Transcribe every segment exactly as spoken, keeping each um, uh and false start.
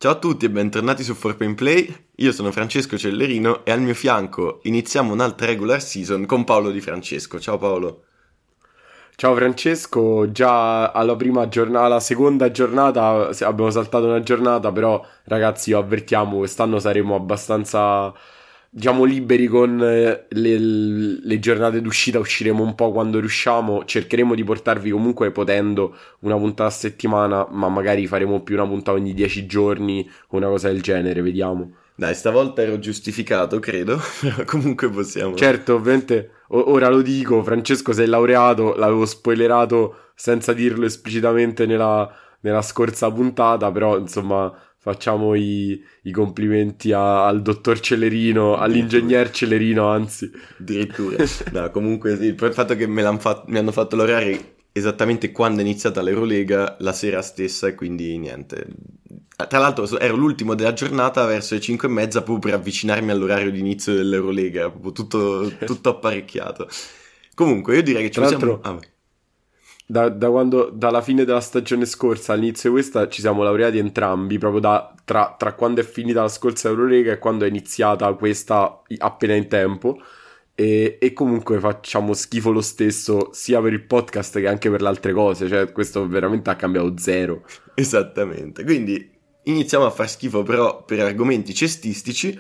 Ciao a tutti e bentornati su four Pain Play, io sono Francesco Cellerino e al mio fianco iniziamo un'altra regular season con Paolo Di Francesco. Ciao Paolo. Ciao Francesco, già alla prima giornata, alla seconda giornata abbiamo saltato una giornata, però ragazzi io avvertiamo, quest'anno saremo abbastanza, diciamo, liberi con eh, le, le giornate d'uscita, usciremo un po' quando riusciamo, cercheremo di portarvi comunque potendo una puntata a settimana, ma magari faremo più una puntata ogni dieci giorni o una cosa del genere, vediamo. Dai, stavolta ero giustificato, credo, però comunque possiamo... Certo, ovviamente, o- ora lo dico, Francesco sei laureato, l'avevo spoilerato senza dirlo esplicitamente nella, nella scorsa puntata, però insomma facciamo i, i complimenti a- al dottor Celerino, all'ingegner Celerino, anzi. Addirittura. No, comunque sì, il fatto che me l'han fatto, mi hanno fatto l'orario esattamente quando è iniziata l'Eurolega, la sera stessa, e quindi niente. Tra l'altro ero l'ultimo della giornata verso le cinque e mezza proprio per avvicinarmi all'orario di inizio dell'Eurolega, proprio tutto, tutto apparecchiato. Comunque io direi che ci Tra possiamo... l'altro, Ah, da, da quando, dalla fine della stagione scorsa all'inizio di questa ci siamo laureati entrambi, proprio da, tra, tra quando è finita la scorsa Eurolega e quando è iniziata questa appena in tempo. E, e comunque facciamo schifo lo stesso sia per il podcast che anche per le altre cose, cioè questo veramente ha cambiato zero. esattamente, quindi iniziamo a far schifo però per argomenti cestistici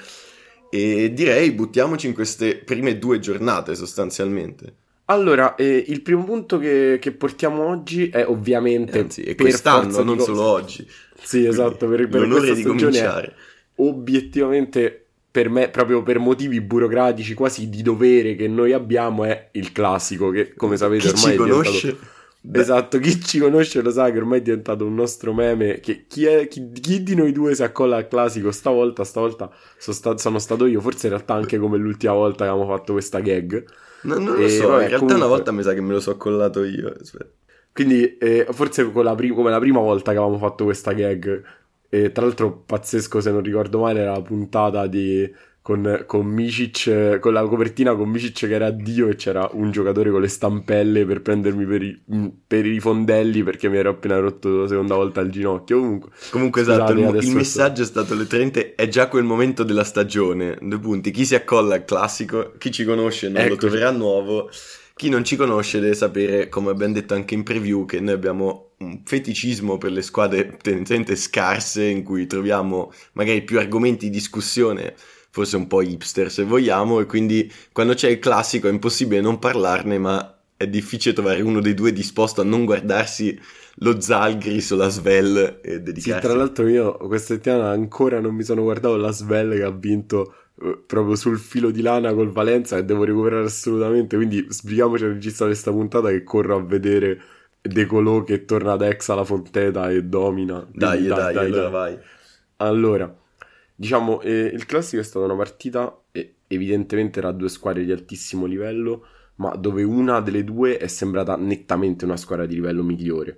e direi buttiamoci in queste prime due giornate sostanzialmente. Allora, eh, il primo punto che, che portiamo oggi è ovviamente Anzi, e per quest'anno, forza non di solo cose. oggi. Sì, Quindi, esatto, per, per l'onore questa di stagione è cominciare. obiettivamente per me, proprio per motivi burocratici, quasi di dovere che noi abbiamo, è il classico, che come sapete Chi ormai ci è diventato... conosce? Beh, Esatto, chi ci conosce lo sa che ormai è diventato un nostro meme, che chi, è, chi, chi di noi due si accolla al classico stavolta, stavolta sono, sta- sono stato io, forse in realtà anche come l'ultima volta che abbiamo fatto questa gag. no- non lo E so, in vabbè, realtà una comunque... volta mi sa che me lo so collato io. Aspetta. Quindi eh, forse con la pri- come la prima volta che avevamo fatto questa gag, e tra l'altro pazzesco se non ricordo male era la puntata di, con, con Micic, eh, con la copertina con Micic che era Dio e c'era un giocatore con le stampelle per prendermi per i, mm, per i fondelli perché mi ero appena rotto la seconda volta il ginocchio. Comunque, Comunque scusate, esatto, il, il adesso messaggio è stato letteralmente è già quel momento della stagione, due punti, chi si accolla al classico, chi ci conosce non lo eccoci. troverà nuovo, chi non ci conosce deve sapere, come abbiamo detto anche in preview, che noi abbiamo un feticismo per le squadre tendenzialmente scarse in cui troviamo magari più argomenti di discussione, forse un po' hipster se vogliamo, e quindi quando c'è il classico è impossibile non parlarne, ma è difficile trovare uno dei due disposto a non guardarsi lo Zalgiris o la Svel e Sì, dedicarsi. tra l'altro io questa settimana ancora non mi sono guardato la Svel che ha vinto eh, proprio sul filo di lana col Valenza e devo recuperare assolutamente, quindi sbrighiamoci a registrare questa puntata che corro a vedere De Colò che torna ad ex alla Fonteta e domina. Dai, Quindi dai, dai, dai, allora dai. vai. Allora, diciamo, eh, il classico è stata una partita eh, evidentemente tra due squadre di altissimo livello, ma dove una delle due è sembrata nettamente una squadra di livello migliore.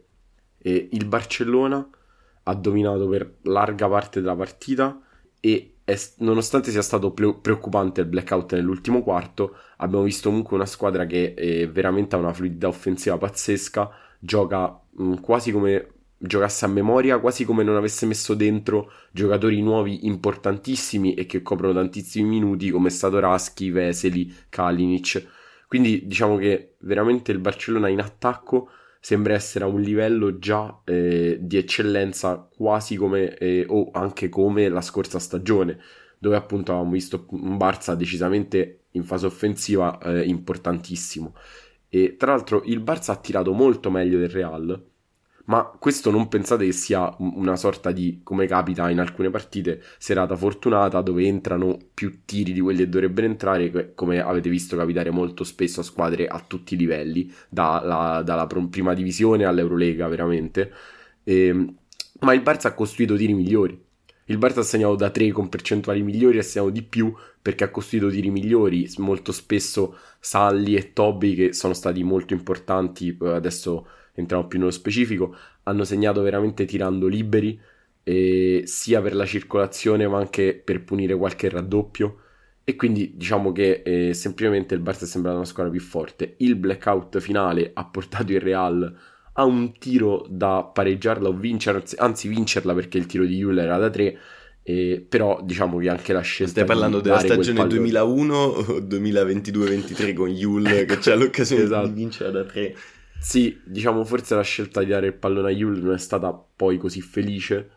E il Barcellona ha dominato per larga parte della partita e è- nonostante sia stato ple- preoccupante il blackout nell'ultimo quarto, abbiamo visto comunque una squadra che eh, veramente ha una fluidità offensiva pazzesca, gioca mh, quasi come giocasse a memoria, quasi come non avesse messo dentro giocatori nuovi importantissimi e che coprono tantissimi minuti come Satoransky, Vesely, Kalinic. Quindi diciamo che veramente il Barcellona in attacco sembra essere a un livello già eh, di eccellenza quasi come eh, o anche come la scorsa stagione, dove appunto avevamo visto un Barça decisamente in fase offensiva eh, importantissimo. E tra l'altro il Barça ha tirato molto meglio del Real, ma questo non pensate che sia una sorta di, come capita in alcune partite, serata fortunata dove entrano più tiri di quelli che dovrebbero entrare, come avete visto capitare molto spesso a squadre a tutti i livelli, dalla, dalla prima divisione all'Eurolega veramente. E, ma il Barça ha costruito tiri migliori. Il Barça ha segnato da tre con percentuali migliori e ha segnato di più perché ha costruito tiri migliori, molto spesso Salli e Toby che sono stati molto importanti, adesso entriamo più nello specifico, hanno segnato veramente tirando liberi, eh, sia per la circolazione ma anche per punire qualche raddoppio, e quindi diciamo che eh, semplicemente il Barça è sembrato una squadra più forte. Il blackout finale ha portato il Real ha un tiro da pareggiarla o vincere, anzi vincerla, perché il tiro di Yul era da tre. Eh, però diciamo che anche la scelta. Stai parlando della stagione duemilauno o duemilaventidue ventitré con Yul che c'ha l'occasione esatto. di vincere da tre? Sì, diciamo forse la scelta di dare il pallone a Yul non è stata poi così felice,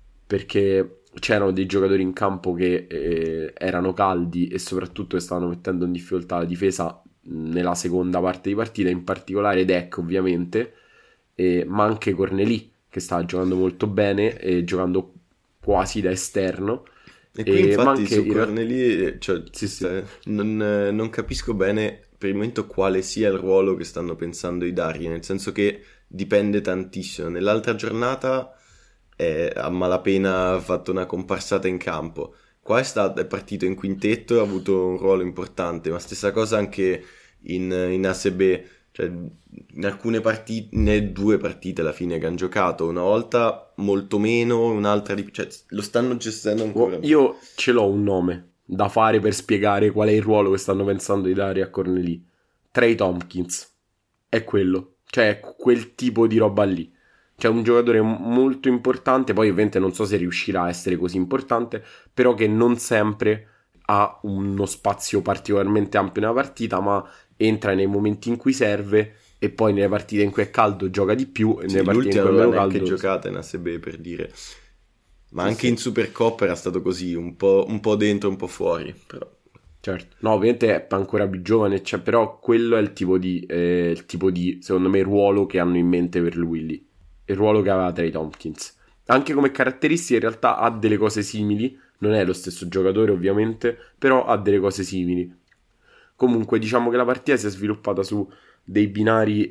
perché c'erano dei giocatori in campo che eh, erano caldi e soprattutto che stavano mettendo in difficoltà la difesa nella seconda parte di partita, in particolare Deck ovviamente, eh, ma anche Cornelì che stava giocando molto bene e giocando quasi da esterno. E qui e infatti su Cornelì cioè, sì, sì. Non, non capisco bene per il momento quale sia il ruolo che stanno pensando i Dari, nel senso che dipende tantissimo. Nell'altra giornata eh, a malapena ha fatto una comparsata in campo, qua è, stato, è partito in quintetto e ha avuto un ruolo importante, ma stessa cosa anche in, in A S B, cioè in alcune partite, ne due partite alla fine che hanno giocato, una volta molto meno, un'altra di, cioè lo stanno gestendo ancora. Io ce l'ho un nome da fare per spiegare qual è il ruolo che stanno pensando di dare a Cornelì. Trey Tompkins è quello, cioè quel tipo di roba lì. Cioè un giocatore molto importante, poi ovviamente non so se riuscirà a essere così importante, però che non sempre ha uno spazio particolarmente ampio nella partita, ma entra nei momenti in cui serve e poi nelle partite in cui è caldo gioca di più e sì, nelle partite in cui è meno caldo anche giocata in A S B, per dire, ma sì, anche sì. In Supercoppa era stato così un po', un po' dentro un po' fuori, però certo, no, ovviamente è ancora più giovane, cioè, però quello è il tipo di eh, il tipo di, secondo me, ruolo che hanno in mente per lui lì, il ruolo che aveva Trey Tompkins. Anche come caratteristiche in realtà ha delle cose simili, non è lo stesso giocatore ovviamente, però ha delle cose simili. Comunque diciamo che la partita si è sviluppata su dei binari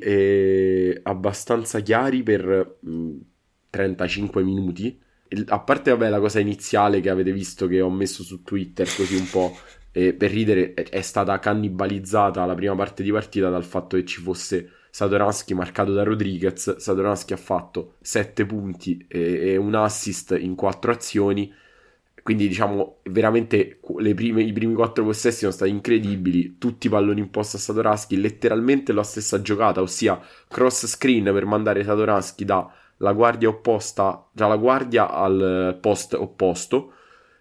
eh, abbastanza chiari per mh, trentacinque minuti. A parte vabbè la cosa iniziale che avete visto che ho messo su Twitter così un po' eh, per ridere, è stata cannibalizzata la prima parte di partita dal fatto che ci fosse Satoransky marcato da Rodriguez. Satoransky ha fatto sette punti e, e un assist in quattro azioni, quindi diciamo veramente le prime, i primi quattro possessi sono stati incredibili, tutti i palloni in posto a Satoransky, letteralmente la stessa giocata, ossia cross screen per mandare Satoransky dalla guardia opposta, dalla guardia al post opposto.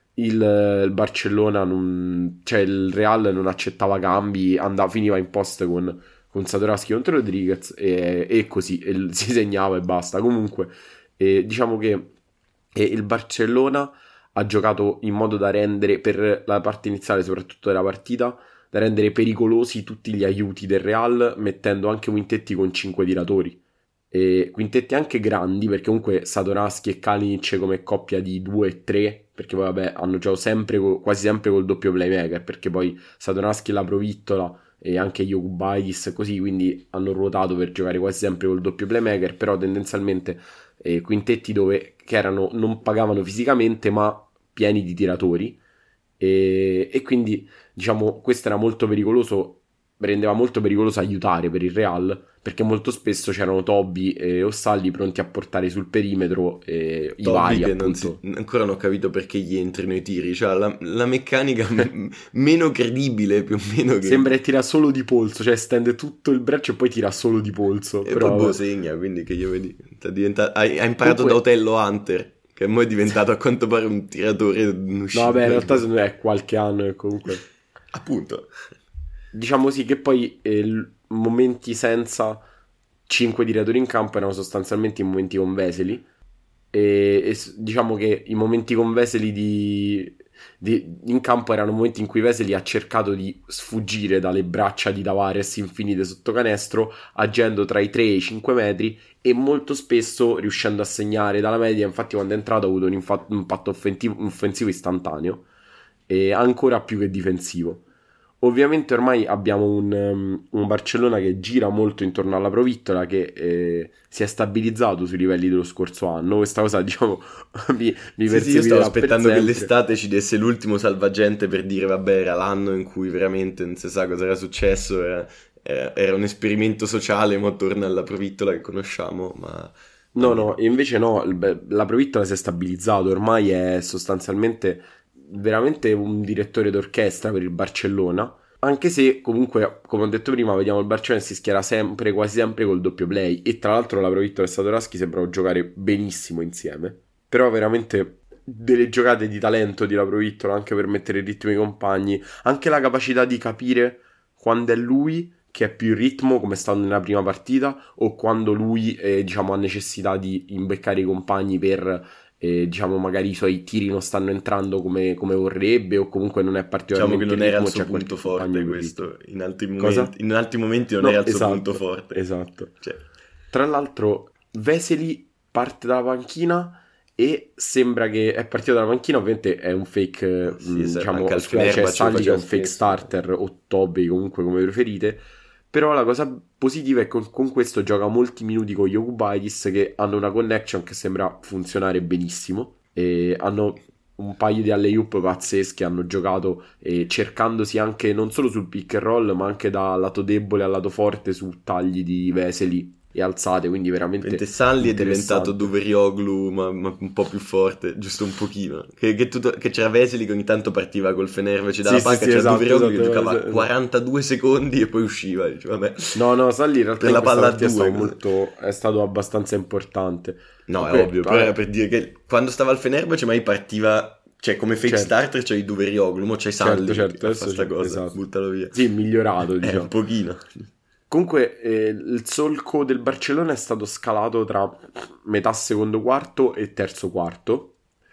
Il, il Barcellona non, cioè il Real non accettava cambi, andava, finiva in post con, con Satoransky contro Rodriguez e, e così e si segnava e basta. Comunque eh, diciamo che eh, il Barcellona ha giocato in modo da rendere, per la parte iniziale soprattutto della partita, da rendere pericolosi tutti gli aiuti del Real, mettendo anche quintetti con cinque tiratori. E quintetti anche grandi, perché comunque Satoransky e Kalinic come coppia di due e tre, perché poi vabbè hanno giocato sempre, quasi sempre col doppio playmaker, perché poi Satoransky la Provittola e anche Jokubaitis così, quindi hanno ruotato per giocare quasi sempre col doppio playmaker, però tendenzialmente eh, quintetti dove che erano, non pagavano fisicamente ma pieni di tiratori e, e quindi diciamo questo era molto pericoloso, rendeva molto pericoloso aiutare per il Real, perché molto spesso c'erano Toby e Ossalli pronti a portare sul perimetro eh, i vari che appunto. Non si, ancora non ho capito perché gli entrino i tiri, cioè la, la meccanica m- meno credibile più o meno che... Sembra che tira solo di polso, cioè stende tutto il braccio e poi tira solo di polso, e però poi segna, quindi che io vedi diventa... ha, ha imparato Comunque... da Otello Hunter, che poi è diventato a quanto pare un tiratore, un no vabbè in realtà secondo me è qualche anno e comunque appunto diciamo sì che poi eh, momenti senza cinque tiratori in campo erano sostanzialmente i momenti con Vesely e, e diciamo che i momenti con Vesely di, di, in campo erano momenti in cui Vesely ha cercato di sfuggire dalle braccia di Tavares infinite sotto canestro, agendo tra i tre e i cinque metri e molto spesso riuscendo a segnare dalla media. Infatti quando è entrato ha avuto un, infa- un impatto offensivo, offensivo istantaneo e ancora più che difensivo. Ovviamente ormai abbiamo un, um, un Barcellona che gira molto intorno alla Provittola, che eh, si è stabilizzato sui livelli dello scorso anno. Questa cosa diciamo mi, mi sì, sì, io stavo aspettando che l'estate ci desse l'ultimo salvagente per dire vabbè era l'anno in cui veramente non si sa cosa era successo, era, era, era un esperimento sociale ma torna alla Provittola che conosciamo, ma... No, no, invece no, la Provittola si è stabilizzato, ormai è sostanzialmente... veramente un direttore d'orchestra per il Barcellona, Anche se comunque, come ho detto prima, vediamo il Barcellona si schiera sempre, quasi sempre col doppio play, e tra l'altro la Provittola e Satoransky sembrano giocare benissimo insieme. Però veramente delle giocate di talento di la Provittola, anche per mettere il ritmo ai compagni, anche la capacità di capire quando è lui che è più in ritmo, come è stato nella prima partita, o quando lui eh, diciamo ha necessità di imbeccare i compagni per eh, diciamo magari i suoi tiri non stanno entrando come, come vorrebbe, o comunque non è Diciamo particolarmente che non in era il ritmo, suo c'è punto qualche compagno forte in questo, ritmo. in altri Cosa? momenti, in altri momenti non No, era il suo esatto, punto forte. esatto. Cioè, Tra l'altro Vesely parte dalla panchina e sembra che è partito dalla panchina, ovviamente è un fake, sì, mh, sì, diciamo, anche al c'è cioè Fenerbahce lo Stanley che è faceva un fake spesso. starter, o Toby comunque come preferite. Però la cosa positiva è che con, con questo gioca molti minuti con Jokubaitis, che hanno una connection che sembra funzionare benissimo, e hanno un paio di alley-oop pazzeschi, hanno giocato eh, cercandosi anche non solo sul pick and roll, ma anche da lato debole al lato forte su tagli di Vesely e alzate, quindi veramente Mentre Stanley è diventato interessante. Doverioglu, ma, ma un po' più forte, giusto un pochino. Che, che, tutto- che c'era Vesely che ogni tanto partiva col Fenerbahce dalla Sì, sì, panca, sì, c'era esatto, Doverioglu che esatto, giocava esatto. quarantadue secondi e poi usciva. Dice, vabbè, No, no, Stanley in realtà per in la questa palla a partita è stato due. molto, è stato abbastanza importante. No, è Comunque, ovvio, però era vabbè, per dire che quando stava al Fenerbahce mai partiva, cioè come fake certo, starter c'hai Doverioglu, mo c'hai certo, Stanley certo, che fa adesso sta c'è, cosa, esatto. buttalo via. Sì, migliorato, Eh, diciamo. un pochino. Comunque eh, il solco del Barcellona è stato scalato tra metà secondo quarto e terzo quarto,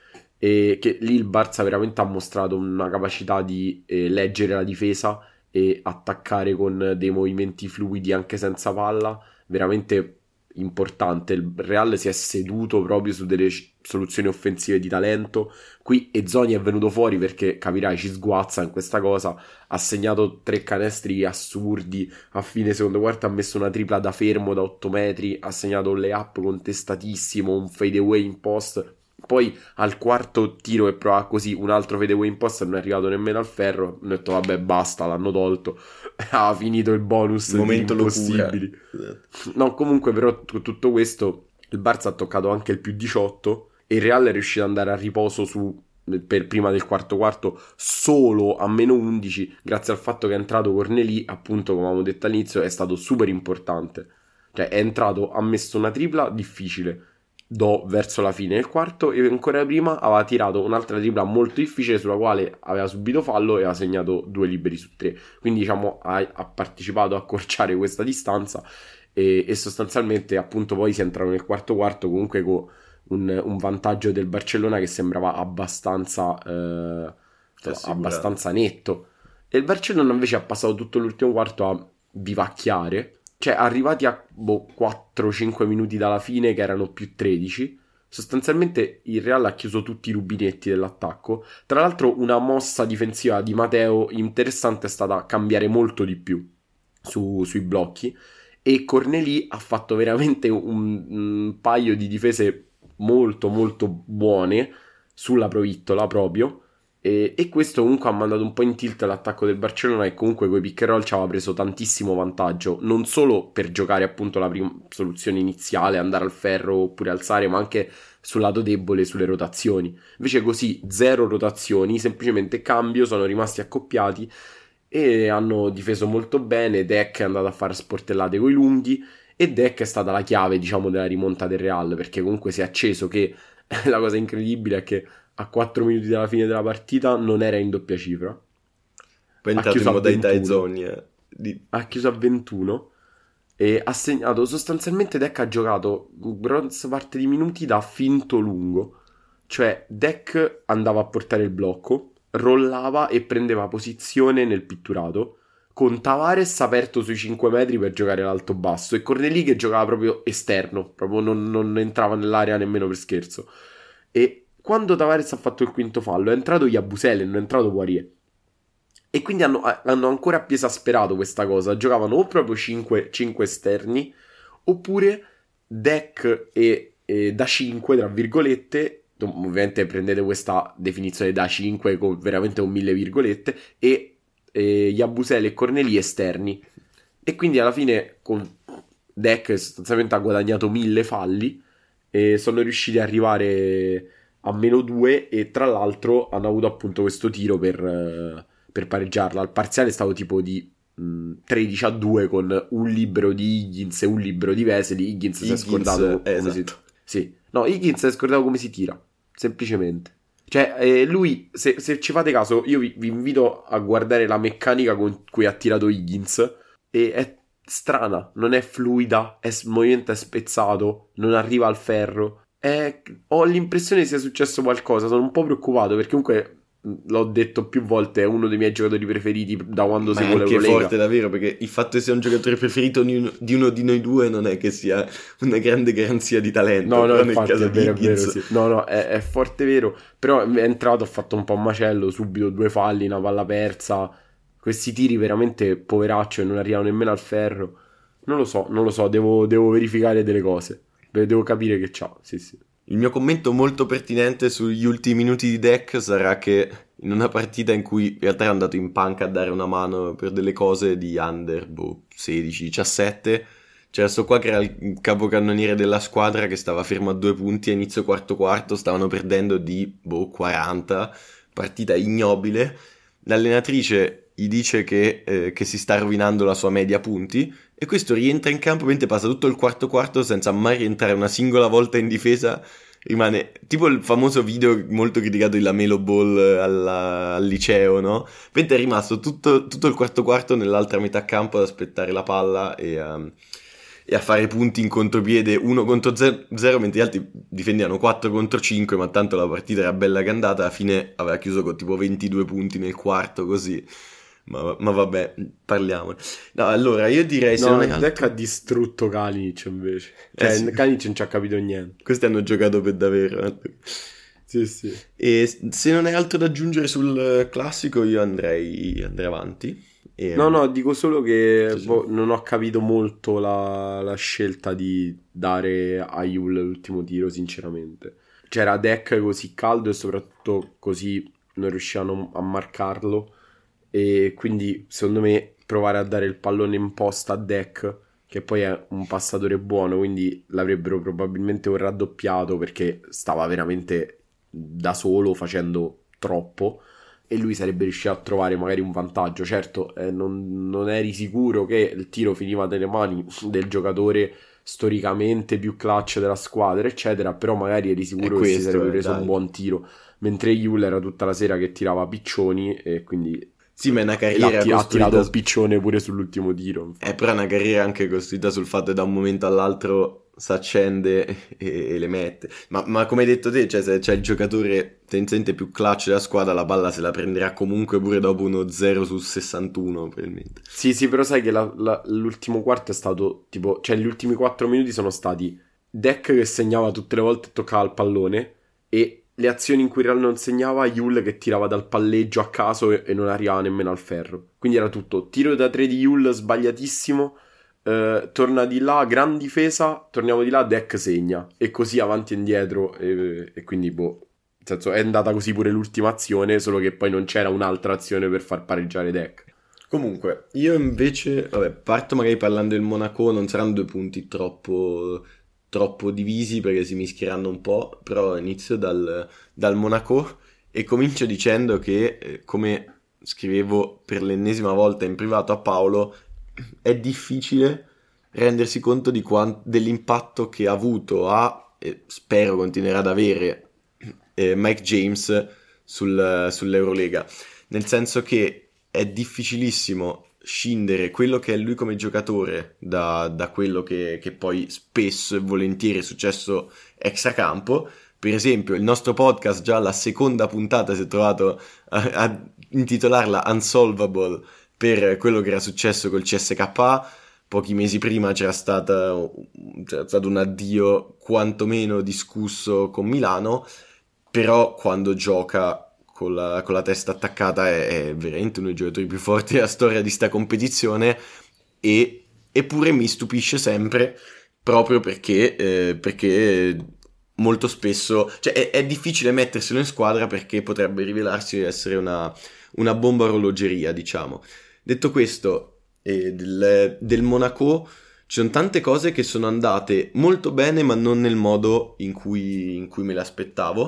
e che lì il Barça veramente ha mostrato una capacità di eh, leggere la difesa e attaccare con dei movimenti fluidi anche senza palla, veramente importante. Il Real si è seduto proprio su delle c- soluzioni offensive di talento. Qui Ezzoni è venuto fuori perché, capirai, ci sguazza in questa cosa, ha segnato tre canestri assurdi, a fine secondo quarto ha messo una tripla da fermo da otto metri, ha segnato un layup contestatissimo, un fadeaway in post. Poi al quarto tiro e prova così un altro fadeaway in post, non è arrivato nemmeno al ferro. Ho detto vabbè basta, l'hanno tolto. Ha finito il bonus di Momento locura. impossibili. Esatto. No, comunque però con tutto questo il Barça ha toccato anche il più diciotto e il Real è riuscito ad andare a riposo su per prima del quarto quarto solo a meno undici, grazie al fatto che è entrato Cornelì, appunto come avevamo detto all'inizio, è stato super importante. Cioè è entrato, ha messo una tripla difficile do verso la fine del quarto, e ancora prima aveva tirato un'altra tripla molto difficile sulla quale aveva subito fallo e aveva segnato due liberi su tre. Quindi diciamo ha, ha partecipato a accorciare questa distanza e, e sostanzialmente appunto poi si entrano nel quarto quarto comunque con un, un vantaggio del Barcellona che sembrava abbastanza eh, abbastanza netto, e il Barcellona invece ha passato tutto l'ultimo quarto a vivacchiare. Cioè, arrivati a boh, quattro cinque minuti dalla fine, che erano più tredici, sostanzialmente il Real ha chiuso tutti i rubinetti dell'attacco. Tra l'altro, una mossa difensiva di Matteo interessante è stata cambiare molto di più su, sui blocchi. E Cornelì ha fatto veramente un, un paio di difese molto, molto buone sulla Provittola proprio. E, e questo comunque ha mandato un po' in tilt l'attacco del Barcellona, e comunque coi pick and roll ci aveva preso tantissimo vantaggio, non solo per giocare appunto la prima soluzione iniziale, andare al ferro oppure alzare, ma anche sul lato debole, sulle rotazioni. Invece così zero rotazioni, semplicemente cambio, sono rimasti accoppiati e hanno difeso molto bene. Deck è andato a fare sportellate coi lunghi e Deck è stata la chiave, diciamo, della rimonta del Real, perché comunque si è acceso che la cosa incredibile è che a quattro minuti dalla fine della partita non era in doppia cifra. Poi è Ha entrato in chiuso a modalità ventuno. Ezonia. Di... Ha chiuso a ventuno e ha segnato sostanzialmente. Deck ha giocato grossa parte di minuti da finto lungo. Cioè Deck andava a portare il blocco, rollava e prendeva posizione nel pitturato, con Tavares aperto sui cinque metri per giocare l'alto basso e Cornelì che giocava proprio esterno, proprio non, non entrava nell'area nemmeno per scherzo. E quando Tavares ha fatto il quinto fallo è entrato Yabusele, non è entrato Poirier, e quindi hanno, hanno ancora più esasperato questa cosa. Giocavano o proprio cinque esterni, oppure Deck e, e da cinque tra virgolette, ovviamente prendete questa definizione da cinque con veramente un mille virgolette, e, e Yabusele e Cornelì esterni, e quindi alla fine con Deck sostanzialmente ha guadagnato mille falli e sono riusciti ad arrivare a meno due, e tra l'altro hanno avuto appunto questo tiro per, per pareggiarla. Al parziale è stato tipo di mh, tredici a due con un libero di Higgins e un libero di Vesely. Higgins, Higgins si è scordato eh, come esatto. si... Sì, no, Higgins si è scordato come si tira, semplicemente. Cioè, eh, lui, se, se ci fate caso, io vi, vi invito a guardare la meccanica con cui ha tirato Higgins, e è strana, non è fluida, è, il movimento è spezzato, non arriva al ferro. È, ho l'impressione sia successo qualcosa, sono un po' preoccupato perché comunque, l'ho detto più volte, è uno dei miei giocatori preferiti da quando Ma seguo è anche l'Eurolega. forte davvero, perché il fatto che sia un giocatore preferito di uno, di uno di noi due non è che sia una grande garanzia di talento. No, no, però infatti nel caso è vero, di è vero, Higgins... sì. No, no, è, è forte vero, però è entrato, ha fatto un po' un macello, subito due falli, una palla persa, questi tiri veramente poveraccio e non arrivano nemmeno al ferro. Non lo so, non lo so, devo, devo verificare delle cose, devo capire che c'ha, sì sì. Il mio commento molto pertinente sugli ultimi minuti di deck sarà che in una partita in cui in realtà ero andato in panca a dare una mano per delle cose di under boh, sedici diciassette, c'era sto qua che era il capocannoniere della squadra che stava fermo a due punti a inizio quarto quarto, stavano perdendo di boh quaranta, partita ignobile. L'allenatrice gli dice che, eh, che si sta rovinando la sua media punti e questo rientra in campo, mentre passa tutto il quarto quarto senza mai rientrare una singola volta in difesa. Rimane tipo il famoso video molto criticato di Lamelo Ball alla, al liceo, no? Mentre è rimasto tutto, tutto il quarto quarto nell'altra metà campo ad aspettare la palla e a, e a fare punti in contropiede uno contro zero, mentre gli altri difendevano quattro contro cinque, ma tanto la partita era bella che è andata, alla fine aveva chiuso con tipo ventidue punti nel quarto, così. Ma, ma vabbè, parliamo. No, allora io direi se no, non è il altro... deck ha distrutto Kalinic invece. Cioè, Eh sì. Kalinic non ci ha capito niente. Questi hanno giocato per davvero. Eh. Sì, sì. E se non hai altro da aggiungere sul classico, io andrei, andrei avanti. E... No, no, dico solo che Sì, sì. boh, non ho capito molto la, la scelta di dare a Yule l'ultimo tiro, sinceramente. C'era deck così caldo e soprattutto così non riuscivano a marcarlo. E quindi secondo me provare a dare il pallone in posta a Deck, che poi è un passatore buono, quindi l'avrebbero probabilmente un raddoppiato perché stava veramente da solo facendo troppo e lui sarebbe riuscito a trovare magari un vantaggio. Certo, eh, non, non eri sicuro che il tiro finiva nelle mani del giocatore storicamente più clutch della squadra, eccetera, però magari eri sicuro che si sarebbe preso un buon tiro, mentre Yule era tutta la sera che tirava piccioni e quindi... Sì, ma è una carriera ha tirato un su... piccione pure sull'ultimo tiro. È però una carriera anche costruita sul fatto che da un momento all'altro si accende e, e le mette. Ma, ma come hai detto te, cioè, se c'è il giocatore tendenzialmente più clutch della squadra, la palla se la prenderà comunque pure dopo uno zero su sessantuno, probabilmente. Sì, sì, però sai che la, la, l'ultimo quarto è stato tipo... Cioè, gli ultimi quattro minuti sono stati Deck che segnava tutte le volte e toccava il pallone e... le azioni in cui Real non segnava, Yule che tirava dal palleggio a caso e, e non arrivava nemmeno al ferro. Quindi era tutto tiro da tre di Yule sbagliatissimo, eh, torna di là, gran difesa, torniamo di là, Deck segna. E così avanti e indietro, e, e quindi boh, nel senso è andata così pure l'ultima azione, solo che poi non c'era un'altra azione per far pareggiare Deck. Comunque, io invece, vabbè, parto magari parlando del Monaco, non saranno due punti troppo... troppo divisi perché si mischieranno un po', però inizio dal, dal Monaco e comincio dicendo che, eh, come scrivevo per l'ennesima volta in privato a Paolo, è difficile rendersi conto di quant- dell'impatto che ha avuto, ha, e spero continuerà ad avere, eh, Mike James sul, sull'Eurolega, nel senso che è difficilissimo scindere quello che è lui come giocatore da, da quello che, che poi spesso e volentieri è successo extracampo. Per esempio il nostro podcast, già la seconda puntata, si è trovato a, a intitolarla Unsolvable per quello che era successo col C S K A. Pochi mesi prima c'era, stata, c'era stato un addio quantomeno discusso con Milano, però quando gioca Con la, con la testa attaccata è, è veramente uno dei giocatori più forti della storia di sta competizione e, eppure mi stupisce sempre proprio perché, eh, perché molto spesso, cioè è, è difficile metterselo in squadra perché potrebbe rivelarsi essere una, una bomba a orologeria, diciamo. Detto questo, eh, del, del Monaco ci sono tante cose che sono andate molto bene ma non nel modo in cui, in cui me le aspettavo.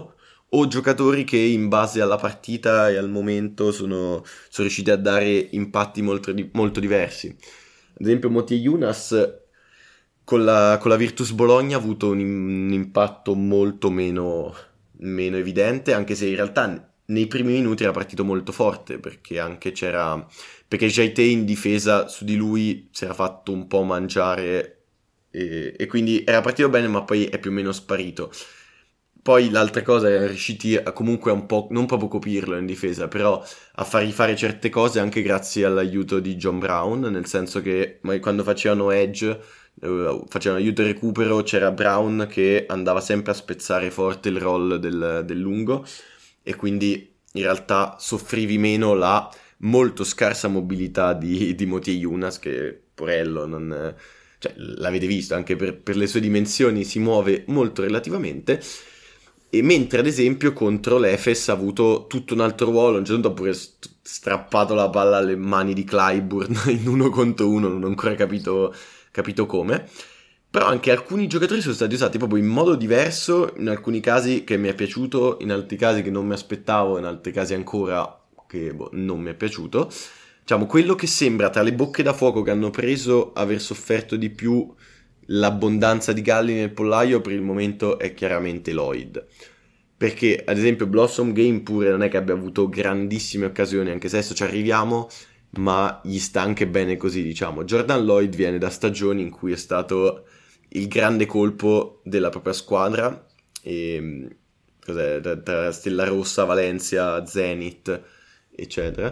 o giocatori che in base alla partita e al momento sono, sono riusciti a dare impatti molto, molto diversi. Ad esempio Motie Younas con la, con la Virtus Bologna ha avuto un, un impatto molto meno, meno evidente, anche se in realtà nei primi minuti era partito molto forte, perché anche c'era... perché Jaite in difesa su di lui si era fatto un po' mangiare e, e quindi era partito bene, ma poi è più o meno sparito. Poi l'altra cosa è riusciti a comunque un po', non proprio coprirlo in difesa, però a fargli fare certe cose anche grazie all'aiuto di John Brown, nel senso che quando facevano edge, eh, facevano aiuto e recupero, c'era Brown che andava sempre a spezzare forte il roll del, del lungo, e quindi in realtà soffrivi meno la molto scarsa mobilità di, di Motie Younas, che porello non... cioè l'avete visto, anche per, per le sue dimensioni si muove molto relativamente. E mentre ad esempio contro l'Efes ha avuto tutto un altro ruolo, a un certo punto ha pure st- strappato la palla alle mani di Clyburn in uno contro uno, non ho ancora capito, capito come. Però anche alcuni giocatori sono stati usati proprio in modo diverso, in alcuni casi che mi è piaciuto, in altri casi che non mi aspettavo, in altri casi ancora che boh, non mi è piaciuto. Diciamo, quello che sembra tra le bocche da fuoco che hanno preso aver sofferto di più l'abbondanza di galli nel pollaio per il momento è chiaramente Lloyd, perché ad esempio Blossom Game pure non è che abbia avuto grandissime occasioni, anche se adesso ci arriviamo, ma gli sta anche bene così, diciamo. Jordan Lloyd viene da stagioni in cui è stato il grande colpo della propria squadra, e cos'è, tra Stella Rossa, Valencia, Zenit eccetera,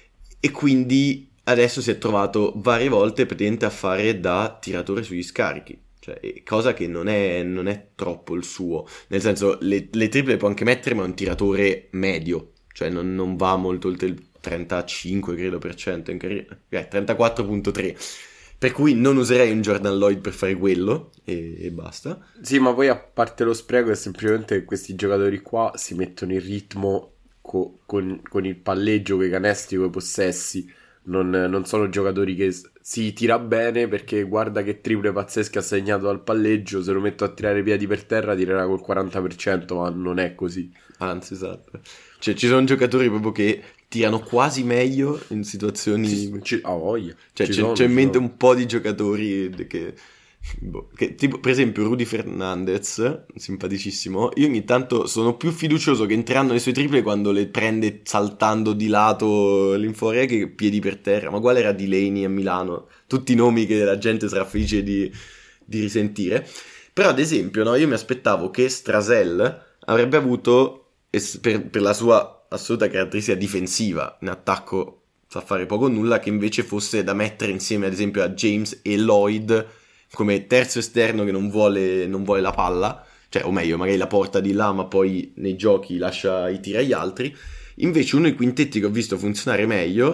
e quindi adesso si è trovato varie volte praticamente a fare da tiratore sugli scarichi, cioè, cosa che non è, non è troppo il suo, nel senso le, le triple può anche mettere, ma è un tiratore medio, cioè non, non va molto oltre il trentacinque credo per cento in carriera, eh, trentaquattro virgola tre, per cui non userei un Jordan Lloyd per fare quello e, e basta. Sì, ma poi a parte lo spreco è semplicemente che questi giocatori qua si mettono in ritmo co- con, con il palleggio, con i canestri, con i possessi. Non, non sono giocatori che si tira bene perché guarda che triple pazzesche ha segnato al palleggio, se lo metto a tirare piedi per terra tirerà col quaranta per cento, ma non è così. Anzi, esatto. Cioè ci sono giocatori proprio che tirano quasi meglio in situazioni... Ci, ci, oh, voglia. Cioè Ci c'è, sono, c'è in ci mente sono. un po' di giocatori che... Boh, che tipo per esempio Rudy Fernandez, simpaticissimo, io ogni tanto sono più fiducioso che entrando le sue triple quando le prende saltando di lato l'inforia che piedi per terra, ma uguale era Delaney a Milano, tutti i nomi che la gente sarà felice di, di risentire. Però ad esempio, no, io mi aspettavo che Strasel avrebbe avuto, per, per la sua assoluta caratteristica difensiva, in attacco sa fare poco o nulla, che invece fosse da mettere insieme ad esempio a James e Lloyd come terzo esterno che non vuole, non vuole la palla, cioè o meglio magari la porta di là ma poi nei giochi lascia i tiri agli altri. Invece uno dei quintetti che ho visto funzionare meglio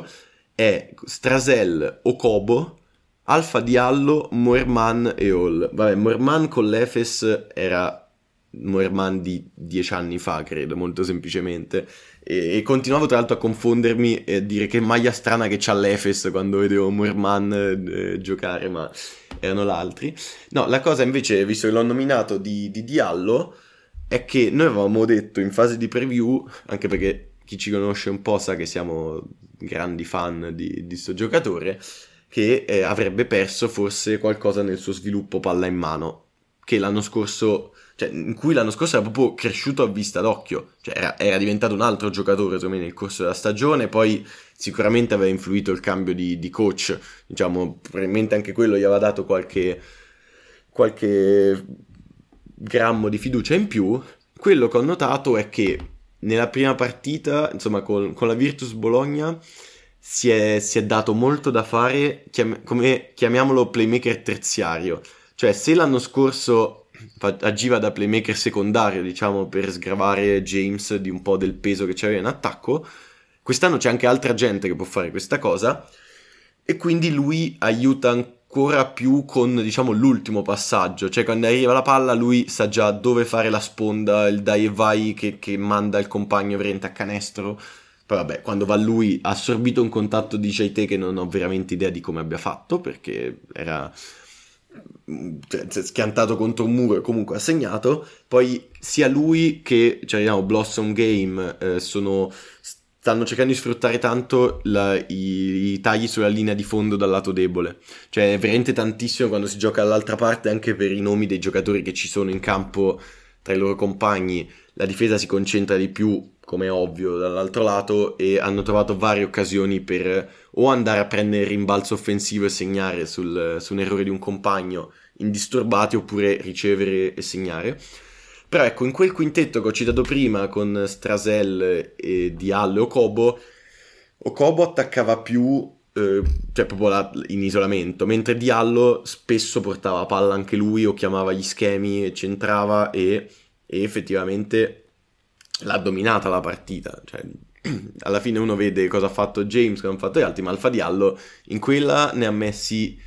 è Strasel, Okobo, Alfa Diallo, Moerman e Hall. Vabbè, Moerman con l'Efes era Moerman di dieci anni fa, credo, molto semplicemente, e, e continuavo tra l'altro a confondermi e a dire che maglia strana che c'ha l'Efes quando vedevo Moerman eh, giocare, ma erano l'altri. No, la cosa invece, visto che l'ho nominato di, di Diallo, è che noi avevamo detto in fase di preview, anche perché chi ci conosce un po' sa che siamo grandi fan di, di sto giocatore, che eh, avrebbe perso forse qualcosa nel suo sviluppo palla in mano, che l'anno scorso, cioè in cui l'anno scorso era proprio cresciuto a vista d'occhio, cioè era, era diventato un altro giocatore secondo me nel corso della stagione. Poi sicuramente aveva influito il cambio di, di coach, diciamo, probabilmente anche quello gli aveva dato qualche qualche grammo di fiducia in più. Quello che ho notato è che nella prima partita, insomma con, con la Virtus Bologna, si è, si è dato molto da fare, chiam- come chiamiamolo playmaker terziario, cioè se l'anno scorso agiva da playmaker secondario, diciamo, per sgravare James di un po' del peso che c'aveva in attacco, quest'anno c'è anche altra gente che può fare questa cosa e quindi lui aiuta ancora più con, diciamo, l'ultimo passaggio, cioè quando arriva la palla lui sa già dove fare la sponda, il dai e vai che, che manda il compagno veramente a canestro. Poi vabbè, quando va lui ha assorbito un contatto di Jaite che non ho veramente idea di come abbia fatto, perché era... cioè, schiantato contro un muro e comunque ha segnato. Poi sia lui che, cioè, diciamo, Blossom Game eh, sono... stanno cercando di sfruttare tanto la, i, i tagli sulla linea di fondo dal lato debole. Cioè è veramente tantissimo quando si gioca dall'altra parte, anche per i nomi dei giocatori che ci sono in campo tra i loro compagni. La difesa si concentra di più, come è ovvio, dall'altro lato, e hanno trovato varie occasioni per o andare a prendere il rimbalzo offensivo e segnare sul, su un errore di un compagno indisturbati, oppure ricevere e segnare. Però ecco, in quel quintetto che ho citato prima con Strasel e Diallo e Okobo, Okobo attaccava più, eh, cioè proprio la, in isolamento, mentre Diallo spesso portava palla anche lui o chiamava gli schemi, centrava e, e effettivamente l'ha dominata la partita. Cioè, alla fine uno vede cosa ha fatto James, cosa hanno fatto gli altri, ma Alfa Diallo in quella ne ha messi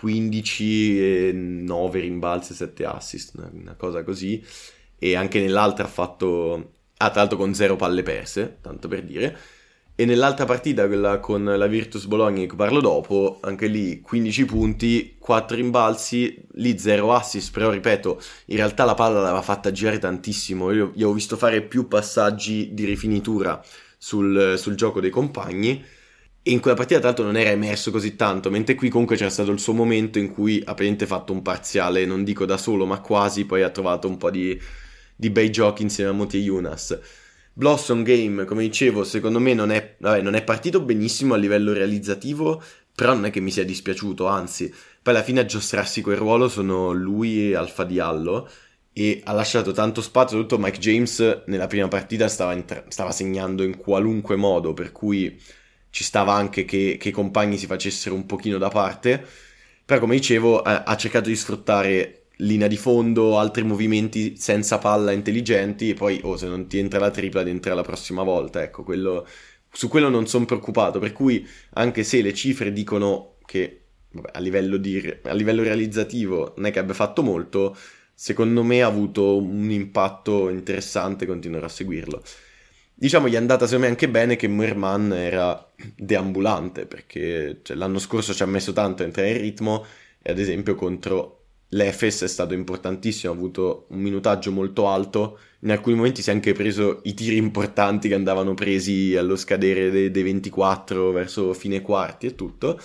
quindici e nove rimbalzi e sette assist, una, una cosa così. E anche nell'altra ha fatto, ah tra l'altro con zero palle perse, tanto per dire, e nell'altra partita, quella con la Virtus Bologna, che parlo dopo, anche lì quindici punti, quattro rimbalzi, lì zero assist, però ripeto, in realtà la palla l'aveva fatta girare tantissimo. Io gli ho visto fare più passaggi di rifinitura sul, sul gioco dei compagni, e in quella partita tra l'altro non era emerso così tanto, mentre qui comunque c'era stato il suo momento in cui ha praticamente fatto un parziale, non dico da solo ma quasi, poi ha trovato un po' di, di bei giochi insieme a Moti e Younas. Blossom Game, come dicevo, secondo me non è, vabbè, non è partito benissimo a livello realizzativo, però non è che mi sia dispiaciuto, anzi, poi alla fine a giostrarsi quel ruolo sono lui e Alfa Diallo, e ha lasciato tanto spazio. Soprattutto Mike James nella prima partita stava, entra- stava segnando in qualunque modo, per cui ci stava anche che, che i compagni si facessero un pochino da parte, però come dicevo ha, ha cercato di sfruttare linea di fondo, altri movimenti senza palla intelligenti, e poi oh, se non ti entra la tripla ti entra la prossima volta, ecco, quello, su quello non sono preoccupato, per cui anche se le cifre dicono che vabbè, a, livello di, a livello realizzativo non è che abbia fatto molto, secondo me ha avuto un impatto interessante, continuerò a seguirlo. Diciamo gli è andata secondo me anche bene che Merman era deambulante, perché cioè, l'anno scorso ci ha messo tanto a entrare in ritmo, e ad esempio contro l'Efes è stato importantissimo, ha avuto un minutaggio molto alto, in alcuni momenti si è anche preso i tiri importanti che andavano presi allo scadere dei, dei ventiquattro verso fine quarti e tutto.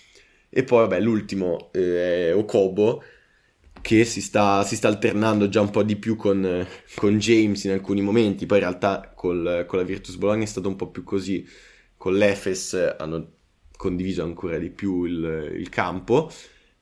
E poi vabbè l'ultimo eh, è Okobo, che si sta, si sta alternando già un po' di più con, con James in alcuni momenti. Poi in realtà col, con la Virtus Bologna è stato un po' più così, con l'Efes hanno condiviso ancora di più il, il campo,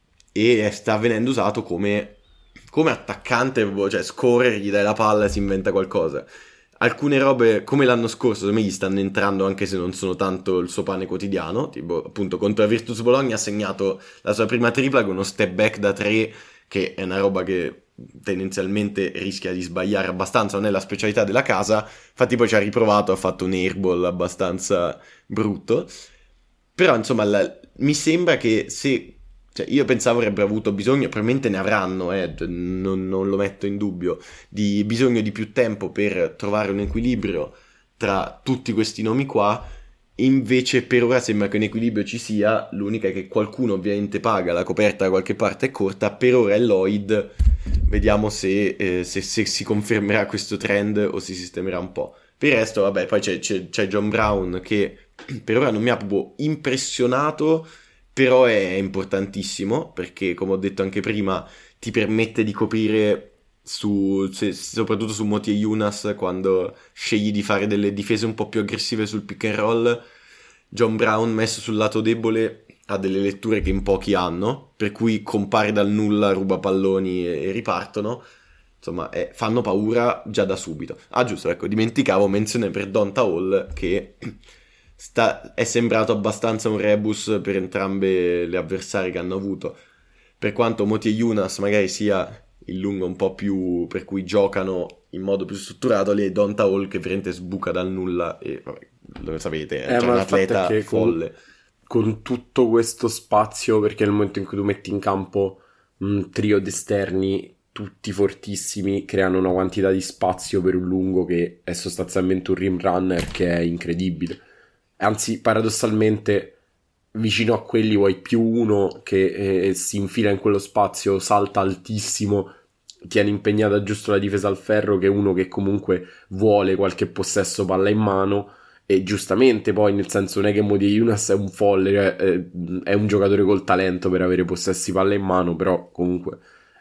e sta venendo usato come, come attaccante, cioè scorrere, gli dai la palla e si inventa qualcosa. Alcune robe come l'anno scorso secondo me gli stanno entrando, anche se non sono tanto il suo pane quotidiano, tipo appunto contro la Virtus Bologna ha segnato la sua prima tripla con uno step back da tre, che è una roba che tendenzialmente rischia di sbagliare abbastanza, non è la specialità della casa, infatti poi ci ha riprovato, ha fatto un airball abbastanza brutto, però insomma la, mi sembra che se... Cioè, io pensavo avrebbero avuto bisogno, probabilmente ne avranno, eh, non, non lo metto in dubbio, di bisogno di più tempo per trovare un equilibrio tra tutti questi nomi qua. Invece per ora sembra che un equilibrio ci sia, l'unica è che qualcuno ovviamente paga, la coperta da qualche parte è corta, per ora è Lloyd, vediamo se, eh, se, se si confermerà questo trend o si sistemerà un po'. Per il resto, vabbè, poi c'è, c'è, c'è John Brown che per ora non mi ha proprio impressionato, però è importantissimo, perché come ho detto anche prima ti permette di coprire su, se, soprattutto su Moti e Younas, quando scegli di fare delle difese un po' più aggressive sul pick and roll. John Brown messo sul lato debole ha delle letture che in pochi hanno, per cui compare dal nulla, ruba palloni e, e ripartono. Insomma, eh, fanno paura già da subito. Ah giusto, ecco, dimenticavo menzione per Donta Hall, che sta, è sembrato abbastanza un rebus per entrambe le avversarie che hanno avuto. Per quanto Moti e Younas magari sia il lungo un po' più per cui giocano in modo più strutturato, lì è Donta Hall che veramente sbuca dal nulla e vabbè, lo sapete, è eh, un atleta è folle. Con, con tutto questo spazio, perché nel momento in cui tu metti in campo un trio d'esterni tutti fortissimi, creano una quantità di spazio per un lungo che è sostanzialmente un rim runner che è incredibile. Anzi, paradossalmente vicino a quelli vuoi più uno che eh, si infila in quello spazio, salta altissimo, tiene impegnata giusto la difesa al ferro, che uno che comunque vuole qualche possesso palla in mano. E giustamente poi, nel senso, non è che Modi Younes è un folle, cioè, è, è un giocatore col talento per avere possessi palla in mano, però comunque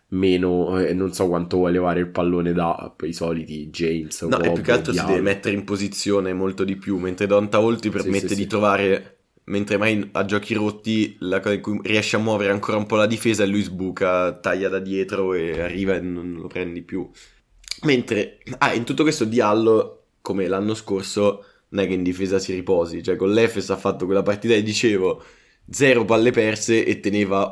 meno, eh, non so quanto vuole levare il pallone da i soliti James. No, Bob, e più che altro si Diallo. deve mettere in posizione molto di più, mentre Donta Hall ti permette Sì, sì, di sì. trovare, mentre mai a giochi rotti, la cosa in cui riesce a muovere ancora un po' la difesa e lui sbuca, taglia da dietro e arriva e non lo prendi più. Mentre, ah, in tutto questo Diallo, come l'anno scorso, non è che in difesa si riposi, cioè con l'Efes ha fatto quella partita e dicevo, zero palle perse e teneva,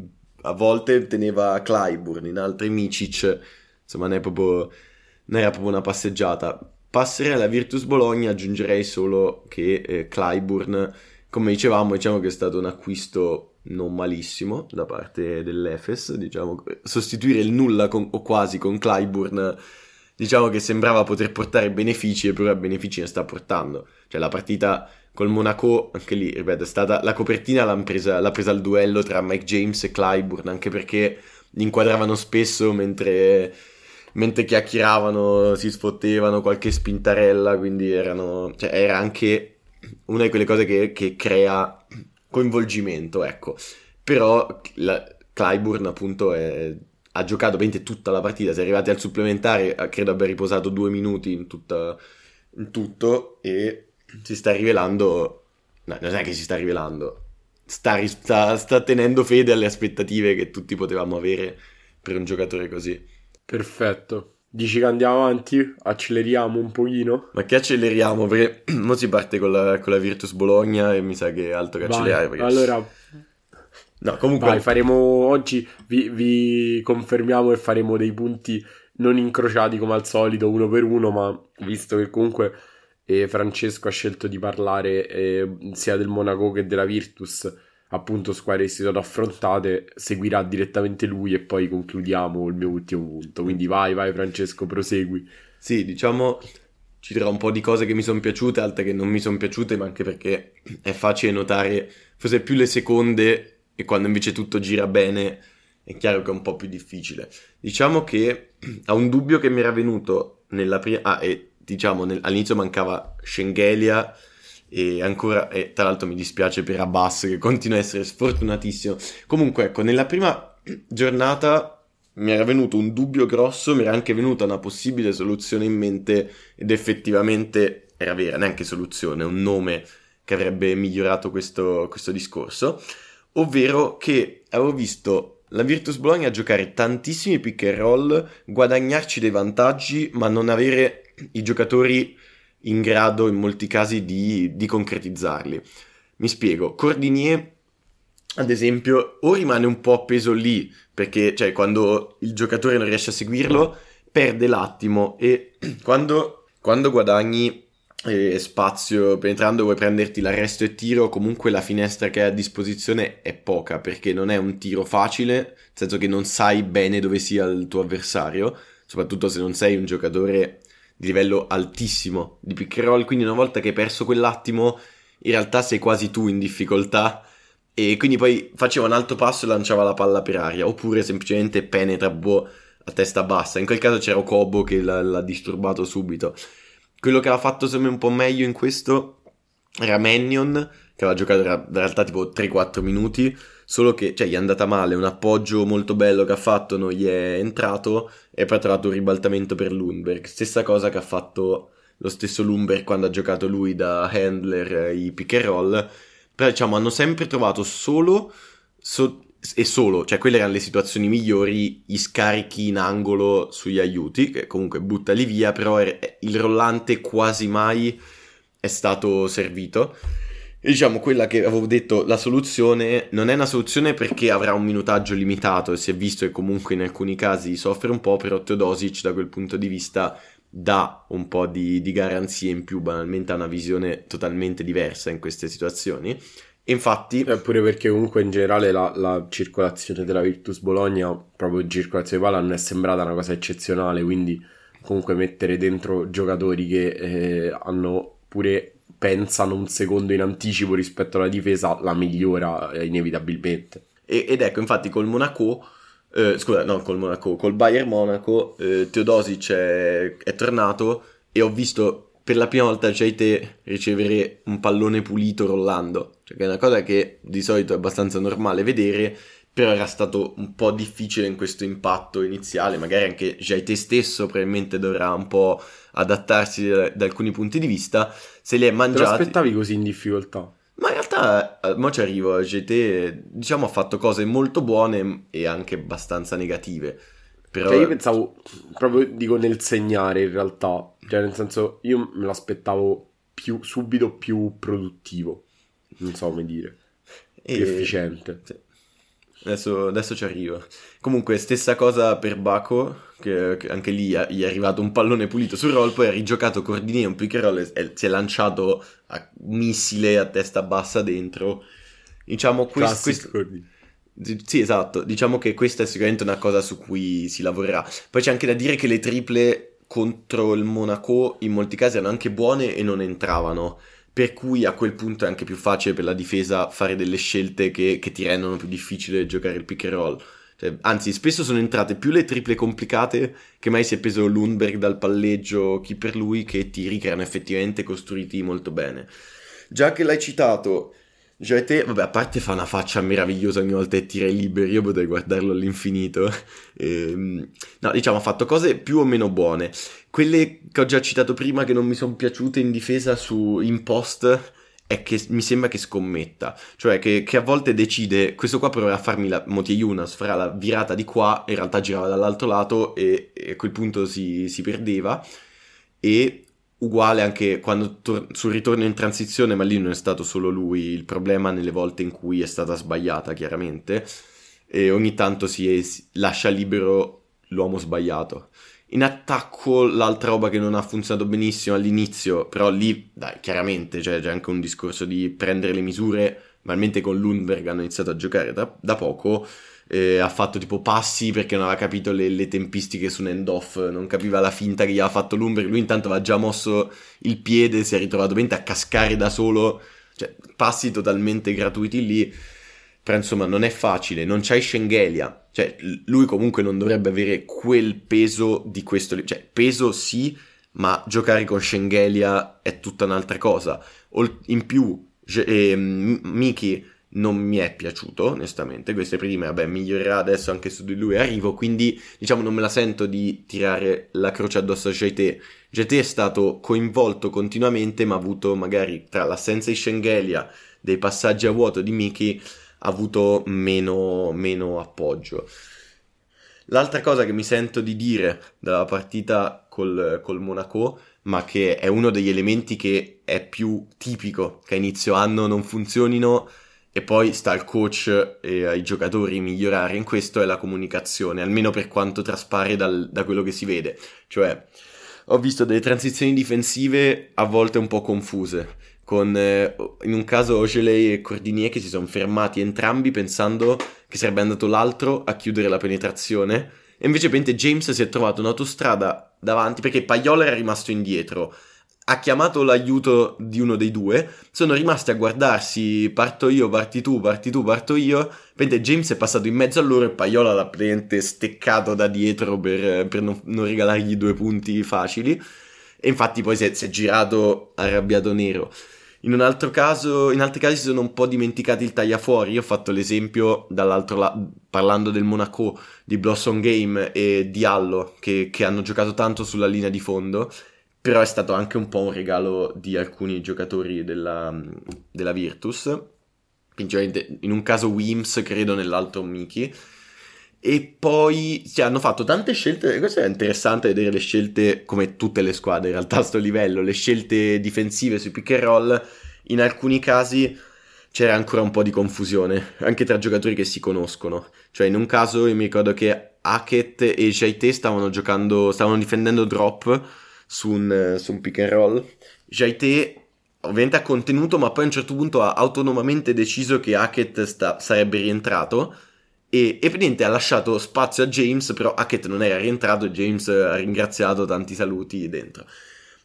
a volte teneva Clyburn, in altre Micic, insomma non è proprio, non era proprio una passeggiata. Passerei alla Virtus Bologna, aggiungerei solo che eh, Clyburn, come dicevamo, diciamo che è stato un acquisto non malissimo da parte dell'Efes, diciamo, sostituire il nulla con, o quasi con Clyburn, diciamo che sembrava poter portare benefici, e però benefici ne sta portando. Cioè la partita col Monaco, anche lì, ripeto, è stata la copertina l'ha presa, l'ha presa il duello tra Mike James e Clyburn, anche perché li inquadravano spesso mentre, mentre chiacchieravano, si sfottevano, qualche spintarella, quindi erano, cioè era anche una di quelle cose che, che crea coinvolgimento, ecco. Però la, Clyburn appunto è, ha giocato veramente tutta la partita, si è arrivati al supplementare, credo abbia riposato due minuti in, tutta, in tutto, e si sta rivelando, no, non è che si sta rivelando, sta, sta, sta tenendo fede alle aspettative che tutti potevamo avere per un giocatore così. Perfetto. Dici che andiamo avanti? Acceleriamo un pochino? Ma che acceleriamo? Perché mo si parte con la, con la Virtus Bologna e mi sa che è altro che Vai, accelerare. Perché... allora... No, comunque... Vai, faremo oggi, vi, vi confermiamo e faremo dei punti non incrociati come al solito, uno per uno, ma visto che comunque eh, Francesco ha scelto di parlare eh, sia del Monaco che della Virtus, appunto squadre che si sono affrontate, seguirà direttamente lui e poi concludiamo il mio ultimo punto. Quindi vai, vai Francesco, prosegui. Sì, diciamo, ci dirò un po' di cose che mi sono piaciute, altre che non mi sono piaciute, ma anche perché è facile notare, forse più le seconde, e quando invece tutto gira bene è chiaro che è un po' più difficile. Diciamo che ha un dubbio che mi era venuto nella prima... Ah, e diciamo nel... all'inizio mancava Schengelia e ancora... E tra l'altro mi dispiace per Abbas che continua a essere sfortunatissimo. Comunque ecco, nella prima giornata mi era venuto un dubbio grosso, mi era anche venuta una possibile soluzione in mente ed effettivamente era vera, neanche soluzione, un nome che avrebbe migliorato questo, questo discorso. Ovvero che avevo visto la Virtus Bologna giocare tantissimi pick and roll, guadagnarci dei vantaggi, ma non avere i giocatori in grado in molti casi di, di concretizzarli. Mi spiego, Cordinier ad esempio o rimane un po' appeso lì, perché cioè quando il giocatore non riesce a seguirlo perde l'attimo, e quando, quando guadagni eh, spazio penetrando vuoi prenderti l'arresto e tiro, comunque la finestra che hai a disposizione è poca, perché non è un tiro facile, nel senso che non sai bene dove sia il tuo avversario, soprattutto se non sei un giocatore di livello altissimo di pick and roll, quindi una volta che hai perso quell'attimo in realtà sei quasi tu in difficoltà, e quindi poi faceva un alto passo e lanciava la palla per aria, oppure semplicemente penetra boh, a testa bassa. In quel caso c'era Kobo che l'ha, l'ha disturbato subito. Quello che aveva fatto secondo me un po' meglio in questo era Mannion, che aveva giocato in realtà tipo tre quattro minuti, solo che cioè, gli è andata male, un appoggio molto bello che ha fatto non gli è entrato, e poi ha trovato un ribaltamento per Lundberg. Stessa cosa che ha fatto lo stesso Lundberg quando ha giocato lui da handler i pick and roll. Però diciamo hanno sempre trovato solo so, e solo, cioè quelle erano le situazioni migliori, gli scarichi in angolo sugli aiuti, che comunque buttali via, però è, il rollante quasi mai è stato servito. E diciamo quella che avevo detto, la soluzione non è una soluzione perché avrà un minutaggio limitato e si è visto che comunque in alcuni casi soffre un po', però Teodosic da quel punto di vista dà un po' di, di garanzie in più, banalmente ha una visione totalmente diversa in queste situazioni. E infatti eh, pure perché comunque in generale la, la circolazione della Virtus Bologna, proprio in circolazione di palla, non è sembrata una cosa eccezionale, quindi comunque mettere dentro giocatori che eh, hanno pure pensano un secondo in anticipo rispetto alla difesa, la migliora eh, inevitabilmente. E, ed ecco, infatti col Monaco, eh, scusa, no, col Monaco, col Bayern Monaco, eh, Teodosic è, è tornato e ho visto per la prima volta Keita ricevere un pallone pulito rollando, cioè che è una cosa che di solito è abbastanza normale vedere, però era stato un po' difficile in questo impatto iniziale, magari anche Keita stesso probabilmente dovrà un po' adattarsi da, da alcuni punti di vista, se li è mangiati. Te lo aspettavi così in difficoltà? Ma in realtà, mo ci arrivo, Keita diciamo ha fatto cose molto buone e anche abbastanza negative. Però... Cioè io pensavo, proprio dico nel segnare in realtà, cioè nel senso io me l'aspettavo più subito più produttivo, non so come dire, più e... efficiente. Sì. Adesso, adesso ci arrivo. Comunque stessa cosa per Bako, che, che anche lì gli è arrivato un pallone pulito sul roll, poi ha rigiocato Cordinier un pick and roll e, e si è lanciato a missile a testa bassa dentro. Diciamo questo... Quest... Sì, esatto. Diciamo che questa è sicuramente una cosa su cui si lavorerà. Poi c'è anche da dire che le triple contro il Monaco in molti casi erano anche buone e non entravano. Per cui a quel punto è anche più facile per la difesa fare delle scelte che, che ti rendono più difficile giocare il pick and roll. Cioè, anzi, spesso sono entrate più le triple complicate che mai si è preso Lundberg dal palleggio, chi per lui, che tiri che erano effettivamente costruiti molto bene. Già che l'hai citato, Keita, vabbè, a parte fa una faccia meravigliosa ogni volta che tira i liberi, io potrei guardarlo all'infinito. Ehm, no, diciamo, ha fatto cose più o meno buone. Quelle che ho già citato prima che non mi sono piaciute in difesa su in post è che mi sembra che scommetta, cioè che, che a volte decide, questo qua proverà a farmi la Motie Younas, farà la virata di qua, in realtà girava dall'altro lato e, e a quel punto si, si perdeva. E uguale anche quando tor- sul ritorno in transizione, ma lì non è stato solo lui il problema nelle volte in cui è stata sbagliata chiaramente, e ogni tanto si, è, si lascia libero l'uomo sbagliato. In attacco l'altra roba che non ha funzionato benissimo all'inizio, però lì dai chiaramente cioè, c'è anche un discorso di prendere le misure, malmente con Lundberg hanno iniziato a giocare da, da poco. Eh, ha fatto tipo passi perché non aveva capito le, le tempistiche su un end-off, non capiva la finta che gli aveva fatto Lundberg, lui intanto aveva già mosso il piede, si è ritrovato veramente a cascare da solo, cioè passi totalmente gratuiti lì, però insomma non è facile, non c'hai Schengelia, cioè lui comunque non dovrebbe avere quel peso di questo, cioè peso sì, ma giocare con Schengelia è tutta un'altra cosa. In più eh, Miki non mi è piaciuto onestamente, queste prime, vabbè, migliorerà adesso anche su di lui arrivo, quindi diciamo non me la sento di tirare la croce addosso a Keita. Keita è stato coinvolto continuamente, ma ha avuto magari tra l'assenza di Schengelia, dei passaggi a vuoto di Miki, ha avuto meno, meno appoggio. L'altra cosa che mi sento di dire dalla partita col, col Monaco, ma che è uno degli elementi che è più tipico che a inizio anno non funzionino e poi sta al coach e ai giocatori migliorare in questo, è la comunicazione, almeno per quanto traspare dal, da quello che si vede. Cioè, ho visto delle transizioni difensive a volte un po' confuse, con eh, in un caso Ojeley e Cordinier che si sono fermati entrambi pensando che sarebbe andato l'altro a chiudere la penetrazione, e invece Pente James si è trovato un'autostrada davanti perché Paiola era rimasto indietro, ha chiamato l'aiuto di uno dei due, sono rimasti a guardarsi, parto io, parti tu, parti tu, parto io, Pente James è passato in mezzo a loro e Paiola l'ha praticamente steccato da dietro per, per non, non regalargli due punti facili, e infatti poi si è, si è girato arrabbiato nero. In un altro caso, in altri casi si sono un po' dimenticati il tagliafuori. Io ho fatto l'esempio dall'altro lato, parlando del Monaco, di Blossom Game e Diallo, che, che hanno giocato tanto sulla linea di fondo, però è stato anche un po' un regalo di alcuni giocatori della, della Virtus, principalmente in un caso Wims, credo, nell'altro Miki. E poi sì, hanno fatto tante scelte, questo è interessante vedere le scelte come tutte le squadre in realtà a sto livello, le scelte difensive sui pick and roll, in alcuni casi c'era ancora un po' di confusione, anche tra giocatori che si conoscono, cioè in un caso io mi ricordo che Hackett e Keita stavano giocando, stavano difendendo drop su un, su un pick and roll, Keita ovviamente ha contenuto ma poi a un certo punto ha autonomamente deciso che Hackett sta, sarebbe rientrato, e evidentemente ha lasciato spazio a James, però Hackett non era rientrato e James ha ringraziato, tanti saluti dentro.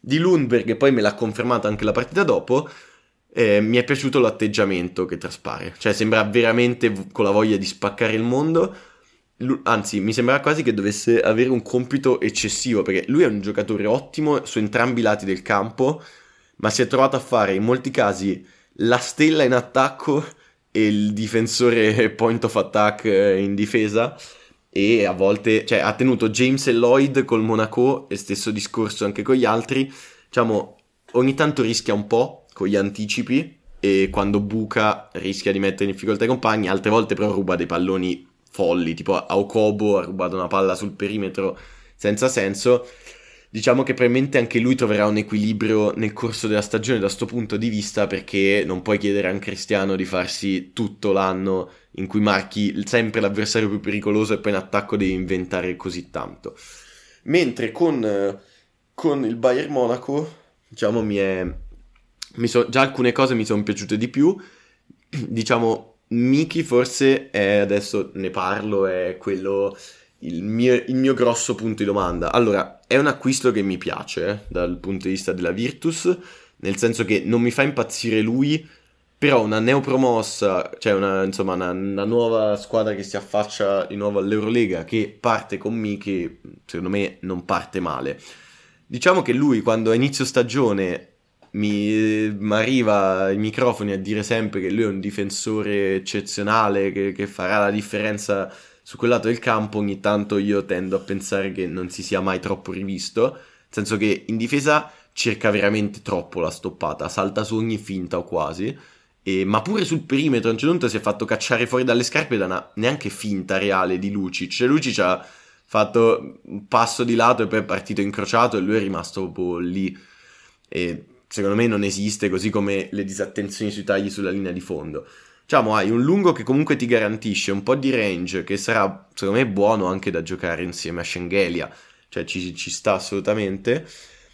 Di Lundberg, e poi me l'ha confermato anche la partita dopo, eh, mi è piaciuto l'atteggiamento che traspare, cioè sembra veramente v- con la voglia di spaccare il mondo. Lu- anzi, mi sembra quasi che dovesse avere un compito eccessivo, perché lui è un giocatore ottimo su entrambi i lati del campo, ma si è trovato a fare in molti casi la stella in attacco e il difensore point of attack eh, in difesa, e a volte, cioè, ha tenuto James e Lloyd col Monaco, e stesso discorso anche con gli altri. Diciamo, ogni tanto rischia un po' con gli anticipi, e quando buca rischia di mettere in difficoltà i compagni, altre volte però ruba dei palloni folli, tipo a Okobo ha rubato una palla sul perimetro senza senso. Diciamo che probabilmente anche lui troverà un equilibrio nel corso della stagione da sto punto di vista, perché non puoi chiedere a un Cristiano di farsi tutto l'anno in cui marchi sempre l'avversario più pericoloso e poi in attacco devi inventare così tanto. Mentre con, con il Bayern Monaco, diciamo, mi è mi so, già alcune cose mi sono piaciute di più. Diciamo, Miki forse è, adesso ne parlo, è quello, il mio, il mio grosso punto di domanda. Allora, è un acquisto che mi piace eh, dal punto di vista della Virtus, nel senso che non mi fa impazzire lui, però una neopromossa, cioè una, insomma, una, una nuova squadra che si affaccia di nuovo all'Eurolega, che parte con Miki, secondo me non parte male. Diciamo che lui, quando a inizio stagione mi, mi arriva ai microfoni a dire sempre che lui è un difensore eccezionale, che, che farà la differenza su quel lato del campo, ogni tanto io tendo a pensare che non si sia mai troppo rivisto, nel senso che in difesa cerca veramente troppo la stoppata, salta su ogni finta o quasi, e, ma pure sul perimetro a un certo punto si è fatto cacciare fuori dalle scarpe da una neanche finta reale di Lucic, cioè Lucic ha fatto un passo di lato e poi è partito incrociato e lui è rimasto proprio lì, e secondo me non esiste, così come le disattenzioni sui tagli sulla linea di fondo. Diciamo, hai un lungo che comunque ti garantisce un po' di range, che sarà secondo me buono anche da giocare insieme a Shengelia, cioè ci, ci sta assolutamente,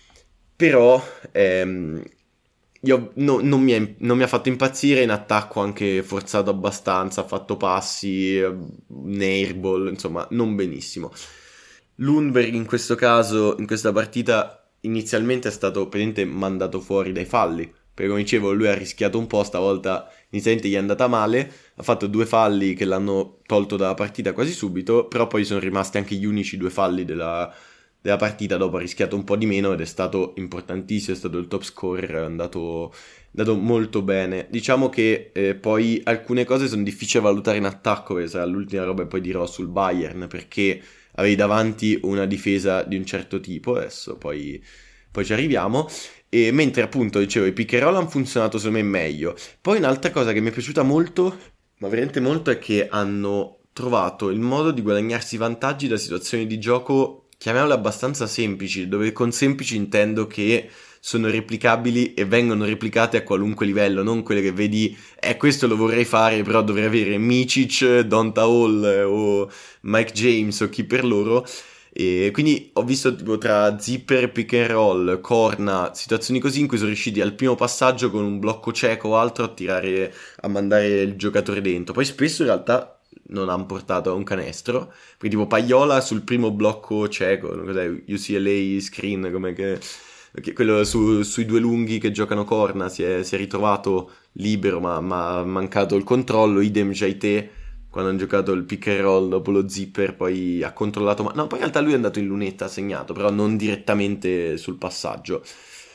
però ehm, io, no, non, mi è, non mi ha fatto impazzire in attacco, anche forzato abbastanza, ha fatto passi, eh, un airball, insomma non benissimo. Lundberg in questo caso, in questa partita, inizialmente è stato praticamente mandato fuori dai falli, perché come dicevo lui ha rischiato un po', stavolta inizialmente gli è andata male, ha fatto due falli che l'hanno tolto dalla partita quasi subito, però poi sono rimasti anche gli unici due falli della, della partita, dopo ha rischiato un po' di meno ed è stato importantissimo, è stato il top scorer, è andato, è andato molto bene. Diciamo che eh, poi alcune cose sono difficili da valutare in attacco, perché sarà l'ultima roba che poi dirò sul Bayern, perché avevi davanti una difesa di un certo tipo, adesso poi, poi ci arriviamo. E mentre appunto dicevo i pick and roll hanno funzionato secondo me meglio. Poi un'altra cosa che mi è piaciuta molto, ma veramente molto, è che hanno trovato il modo di guadagnarsi vantaggi da situazioni di gioco, chiamiamole abbastanza semplici, dove con semplici intendo che sono replicabili e vengono replicate a qualunque livello, non quelle che vedi, eh questo lo vorrei fare però dovrei avere Micic, Donta Hall o Mike James o chi per loro. E quindi ho visto tipo tra zipper, pick and roll, corna, situazioni così in cui sono riusciti al primo passaggio con un blocco cieco o altro a tirare, a mandare il giocatore dentro. Poi spesso in realtà non hanno portato a un canestro, quindi tipo Paiola sul primo blocco cieco, cos'è, U C L A screen, come che, che quello su, sui due lunghi che giocano corna si è, si è ritrovato libero ma ha mancato il controllo, idem Jaite quando hanno giocato il pick and roll dopo lo zipper, poi ha controllato, ma no, poi in realtà lui è andato in lunetta, ha segnato, però non direttamente sul passaggio.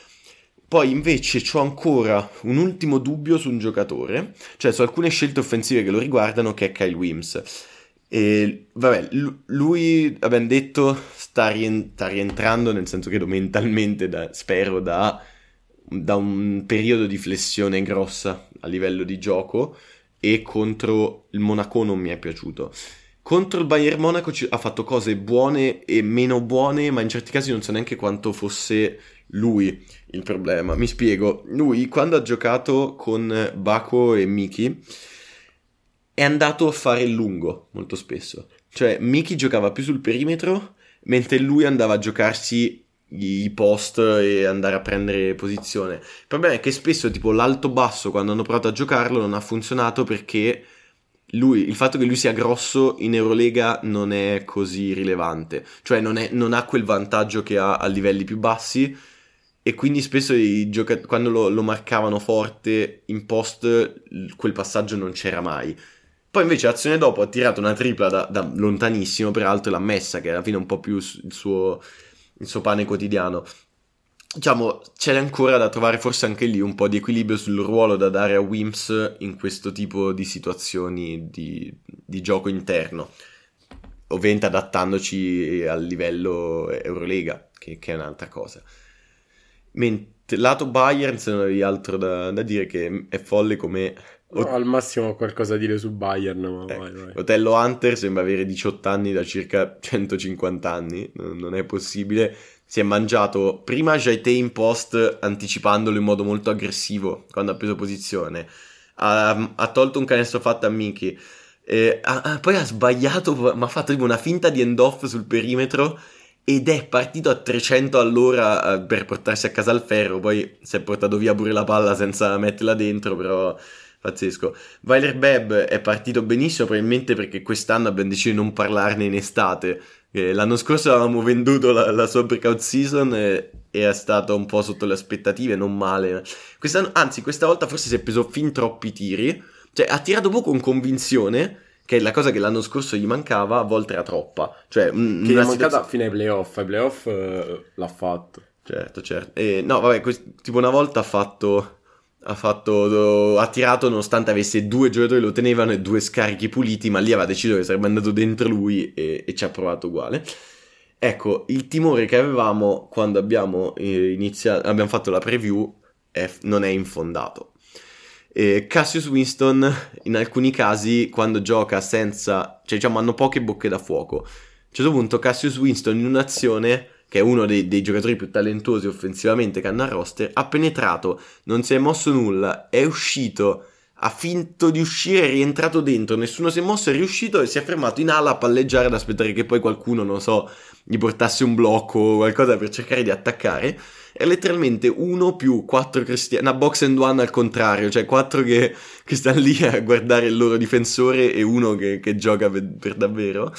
Poi invece c'ho ancora un ultimo dubbio su un giocatore, cioè su alcune scelte offensive che lo riguardano, che è Kyle Williams. E vabbè, lui, abbiamo detto, sta, rien- sta rientrando, nel senso che mentalmente, da, spero, da, da un periodo di flessione grossa a livello di gioco, e contro il Monaco non mi è piaciuto. Contro il Bayern Monaco ci- ha fatto cose buone e meno buone, ma in certi casi non so neanche quanto fosse lui il problema. Mi spiego, lui quando ha giocato con Bako e Miki è andato a fare il lungo molto spesso, cioè Miki giocava più sul perimetro mentre lui andava a giocarsi i post e andare a prendere posizione. Il problema è che spesso tipo l'alto-basso, quando hanno provato a giocarlo, non ha funzionato, perché lui, il fatto che lui sia grosso in Eurolega non è così rilevante, cioè non, è, non ha quel vantaggio che ha a livelli più bassi, e quindi spesso i gioca- quando lo, lo marcavano forte in post quel passaggio non c'era mai. Poi invece azione dopo ha tirato una tripla da, da lontanissimo, peraltro l'ha messa, che alla fine è un po' più il suo, il suo pane quotidiano. Diciamo, c'è ancora da trovare forse anche lì un po' di equilibrio sul ruolo da dare a Wims in questo tipo di situazioni di, di gioco interno, ovviamente adattandoci al livello Eurolega, che, che è un'altra cosa. Mentre lato Bayern, se non avevi altro da, da dire, che è folle come... No, al massimo ho qualcosa da dire su Bayern, ma eh, vai, vai. Otello Hunter sembra avere diciotto anni da circa centocinquanta anni, non, non è possibile. Si è mangiato prima Jaite in post anticipandolo in modo molto aggressivo quando ha preso posizione, ha, ha tolto un canestro fatto a Miki, eh, ha, ha, poi ha sbagliato, ma ha fatto tipo una finta di end-off sul perimetro ed è partito a trecento all'ora eh, per portarsi a casa il ferro, poi si è portato via pure la palla senza metterla dentro, però pazzesco. Weiler Beb è partito benissimo, probabilmente perché quest'anno abbiamo deciso di non parlarne in estate. L'anno scorso avevamo venduto la, la sua breakout season e, e è stato un po' sotto le aspettative, non male. Quest'anno, anzi, questa volta forse si è preso fin troppi tiri, cioè ha tirato poco con convinzione, che è la cosa che l'anno scorso gli mancava, a volte era troppa. Cioè, che gli è mancata situazione... a fine ai playoff, ai playoff uh, l'ha fatto. Certo, certo. E, no, vabbè, quest... tipo una volta ha fatto... Ha fatto, ha tirato nonostante avesse due giocatori che lo tenevano e due scarichi puliti, ma lì aveva deciso che sarebbe andato dentro lui e, e ci ha provato uguale. Ecco, il timore che avevamo quando abbiamo eh, iniziato, abbiamo fatto la preview è, non è infondato. Eh, Cassius Winston in alcuni casi quando gioca senza, cioè diciamo hanno poche bocche da fuoco. A un certo punto Cassius Winston in un'azione, che è uno dei, dei giocatori più talentuosi offensivamente che hanno al roster, ha penetrato, non si è mosso nulla, è uscito, ha finto di uscire, è rientrato dentro, nessuno si è mosso, è riuscito e si è fermato in ala a palleggiare ad aspettare che poi qualcuno, non so, gli portasse un blocco o qualcosa per cercare di attaccare. È letteralmente uno più quattro cristiani, una box and one al contrario, cioè quattro che, che stanno lì a guardare il loro difensore e uno che, che gioca per, per davvero.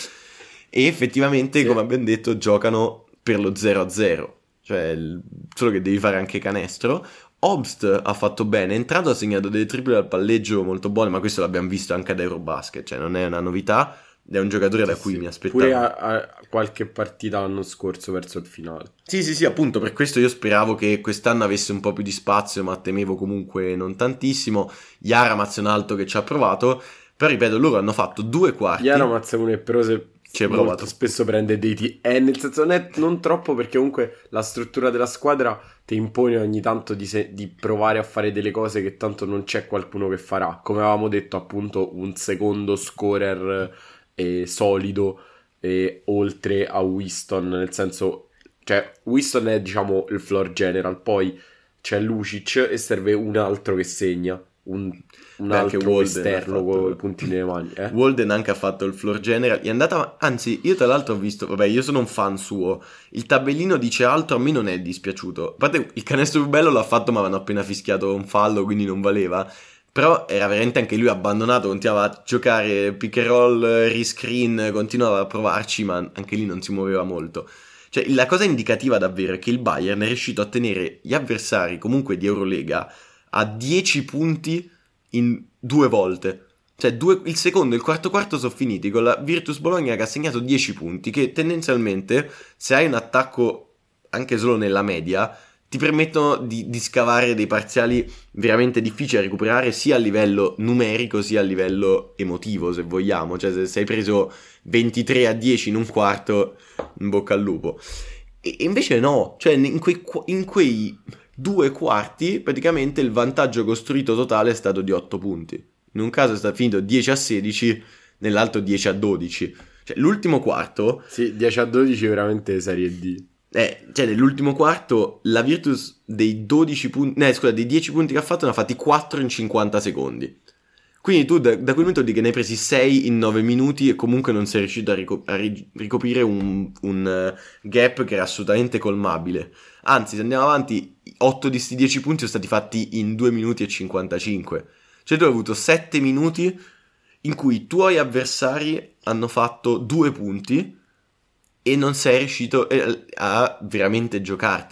E effettivamente, sì, come abbiamo detto, giocano per lo zero a zero, cioè solo che devi fare anche canestro. Obst ha fatto bene, è entrato, ha segnato delle triple al palleggio molto buone, ma questo l'abbiamo visto anche ad Eurobasket, cioè non è una novità, è un giocatore sì, da cui sì, mi aspettavo. Pure a, a qualche partita l'anno scorso verso il finale. Sì, sì, sì, appunto, per questo io speravo che quest'anno avesse un po' più di spazio, ma temevo comunque non tantissimo. Yaramaz è un altro che ci ha provato, però ripeto, loro hanno fatto due quarti. Yaramaz è uno che però se... ci hai provato. Spesso prende dei tiri, eh, nel senso non, è, non troppo, perché comunque la struttura della squadra ti impone ogni tanto di, se, di provare a fare delle cose che tanto non c'è qualcuno che farà, come avevamo detto, appunto un secondo scorer eh, solido eh, oltre a Winston, nel senso, cioè Winston è diciamo il floor general, poi c'è Lucic e serve un altro che segna, un, un altro esterno con i puntini nelle mani. eh? Walden anche ha fatto il floor general, è andata, anzi io tra l'altro ho visto, vabbè io sono un fan suo, il tabellino dice altro, a me non è dispiaciuto, a parte il canestro più bello l'ha fatto ma avevano appena fischiato un fallo quindi non valeva, però era veramente anche lui abbandonato, continuava a giocare pick and roll, rescreen, continuava a provarci ma anche lì non si muoveva molto. Cioè la cosa indicativa davvero è che il Bayern è riuscito a tenere gli avversari comunque di Eurolega a dieci punti in due volte, cioè due, il secondo e il quarto quarto sono finiti con la Virtus Bologna che ha segnato dieci punti, che tendenzialmente se hai un attacco anche solo nella media ti permettono di, di scavare dei parziali veramente difficili a recuperare sia a livello numerico sia a livello emotivo, se vogliamo, cioè se, se hai preso ventitré a dieci in un quarto, in bocca al lupo. E, e invece no, cioè in quei, in quei due quarti praticamente il vantaggio costruito totale è stato di otto punti. In un caso è stato finito dieci a sedici, nell'altro dieci a dodici. Cioè l'ultimo quarto... Sì, dieci a dodici veramente serie D. Eh, cioè nell'ultimo quarto la Virtus dei dodici punti... No, scusa, dei dieci punti che ha fatto ne ha fatti quattro in cinquanta secondi. Quindi tu da, da quel momento di che ne hai presi sei in nove minuti e comunque non sei riuscito a, rico- a ri- ricoprire un, un uh, gap che era assolutamente colmabile. Anzi, se andiamo avanti, otto di questi dieci punti sono stati fatti in due minuti e cinquantacinque. Cioè tu hai avuto sette minuti in cui i tuoi avversari hanno fatto due punti e non sei riuscito a veramente giocartela.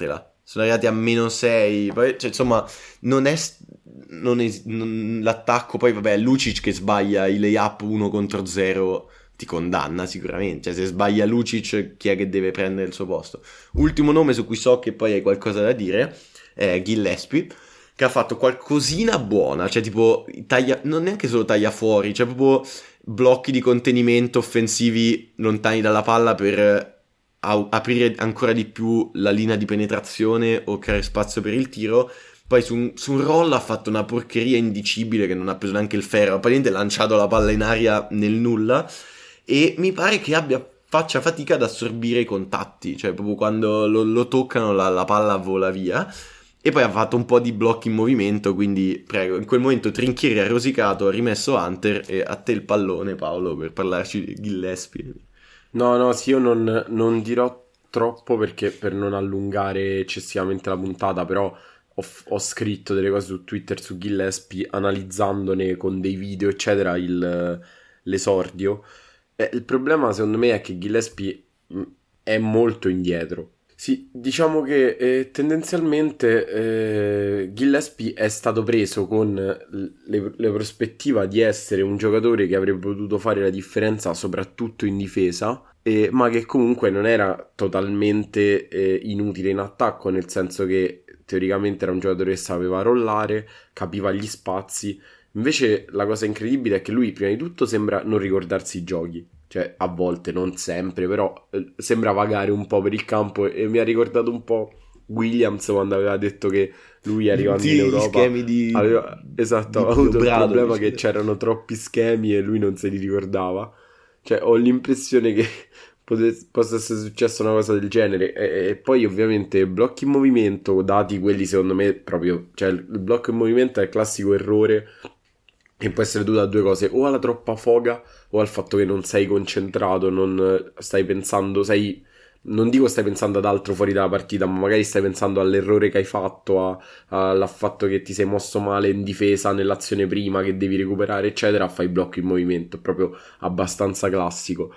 sono arrivati a meno sei, poi, cioè, insomma, non è, non è non, l'attacco, poi vabbè, Lucic che sbaglia i layup uno contro zero ti condanna sicuramente, cioè se sbaglia Lucic chi è che deve prendere il suo posto? Ultimo nome su cui so che poi hai qualcosa da dire è Gillespie, che ha fatto qualcosina buona, cioè tipo taglia, non neanche solo taglia fuori, cioè proprio blocchi di contenimento offensivi lontani dalla palla per a- aprire ancora di più la linea di penetrazione o creare spazio per il tiro. Poi su un, su un roll ha fatto una porcheria indicibile che non ha preso neanche il ferro, ha praticamente lanciato la palla in aria nel nulla e mi pare che abbia faccia fatica ad assorbire i contatti, cioè proprio quando lo, lo toccano la, la palla vola via. E poi ha fatto un po' di blocchi in movimento, quindi prego, in quel momento Trinchieri ha rosicato, ha rimesso Hunter e a te il pallone, Paolo, per parlarci di Gillespie. No, no, sì, io non, non dirò troppo perché per non allungare eccessivamente la puntata, però ho, ho scritto delle cose su Twitter su Gillespie analizzandone con dei video, eccetera, il, l'esordio. Eh, il problema secondo me è che Gillespie mh, è molto indietro. Sì, diciamo che eh, tendenzialmente eh, Gillespie è stato preso con le, le prospettiva di essere un giocatore che avrebbe potuto fare la differenza soprattutto in difesa, eh, ma che comunque non era totalmente eh, inutile in attacco, nel senso che teoricamente era un giocatore che sapeva rollare, capiva gli spazi. Invece la cosa incredibile è che lui prima di tutto sembra non ricordarsi i giochi. Cioè, a volte, non sempre, però eh, sembra vagare un po' per il campo e, e mi ha ricordato un po' Williams quando aveva detto che lui arrivando Tutti in Europa gli schemi di aveva, esatto, di aveva avuto il Bradovic. problema che c'erano troppi schemi e lui non se li ricordava. Cioè, ho l'impressione che pote- possa essere successa una cosa del genere e, e poi ovviamente blocchi in movimento, dati quelli secondo me proprio, cioè il blocco in movimento è il classico errore che può essere dovuto a due cose, o alla troppa foga o al fatto che non sei concentrato, non stai pensando, sei, non dico stai pensando ad altro fuori dalla partita, ma magari stai pensando all'errore che hai fatto, a, al fatto che ti sei mosso male in difesa nell'azione prima, che devi recuperare, eccetera, fai blocco in movimento, proprio abbastanza classico.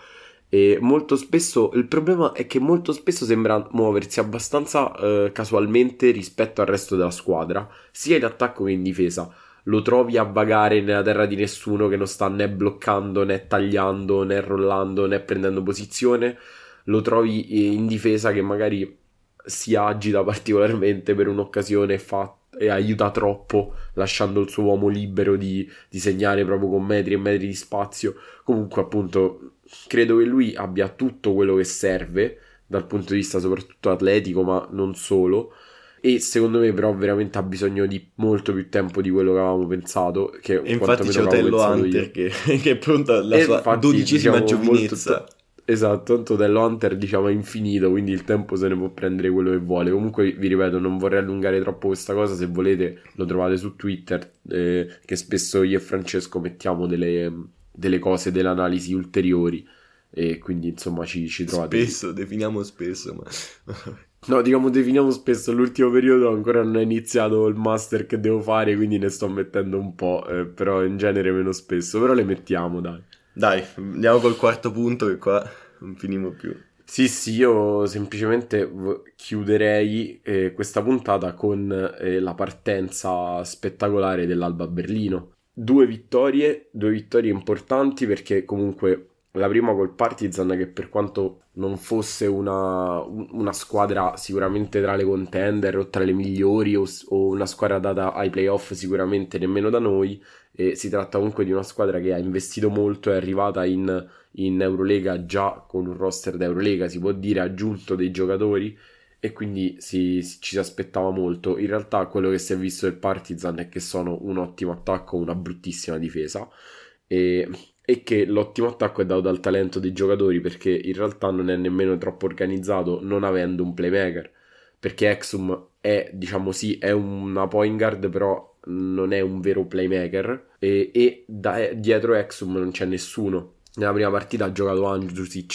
E molto spesso, il problema è che molto spesso sembra muoversi abbastanza eh, casualmente rispetto al resto della squadra, sia in attacco che in difesa. Lo trovi a vagare nella terra di nessuno, che non sta né bloccando, né tagliando, né rollando, né prendendo posizione. Lo trovi in difesa che magari si agita particolarmente per un'occasione e, fa, e aiuta troppo, lasciando il suo uomo libero di, di segnare proprio con metri e metri di spazio. Comunque, appunto, credo che lui abbia tutto quello che serve dal punto di vista soprattutto atletico, ma non solo. E secondo me però veramente ha bisogno di molto più tempo di quello che avevamo pensato, che e infatti c'è Otello Hunter che, che è pronto alla e sua infatti, dodicesima diciamo, giovinezza molto, esatto, tanto Otello Hunter diciamo è infinito, quindi il tempo se ne può prendere quello che vuole. Comunque vi ripeto, non vorrei allungare troppo questa cosa, se volete lo trovate su Twitter, eh, che spesso io e Francesco mettiamo delle, delle cose, delle analisi ulteriori, e quindi insomma ci, ci trovate spesso, lì. Definiamo spesso, ma... No, diciamo, definiamo spesso, l'ultimo periodo ancora non è iniziato il master che devo fare, quindi ne sto mettendo un po', eh, però in genere meno spesso, però le mettiamo, dai. Dai, andiamo col quarto punto che qua non finimo più. Sì, sì, io semplicemente v- chiuderei eh, questa puntata con eh, la partenza spettacolare dell'Alba Berlino. Due vittorie, due vittorie importanti perché comunque... La prima col Partizan, che per quanto non fosse una, una squadra sicuramente tra le contender o tra le migliori o, o una squadra data ai playoff sicuramente nemmeno da noi, e si tratta comunque di una squadra che ha investito molto, è arrivata in, in Eurolega già con un roster da Eurolega, si può dire, ha aggiunto dei giocatori e quindi si, si, ci si aspettava molto. In realtà quello che si è visto del Partizan è che sono un ottimo attacco, una bruttissima difesa, e... e che l'ottimo attacco è dato dal talento dei giocatori, perché in realtà non è nemmeno troppo organizzato non avendo un playmaker, perché Exum è, diciamo sì, è una point guard, però non è un vero playmaker, e, e da, dietro Exum non c'è nessuno. Nella prima partita ha giocato Andrusic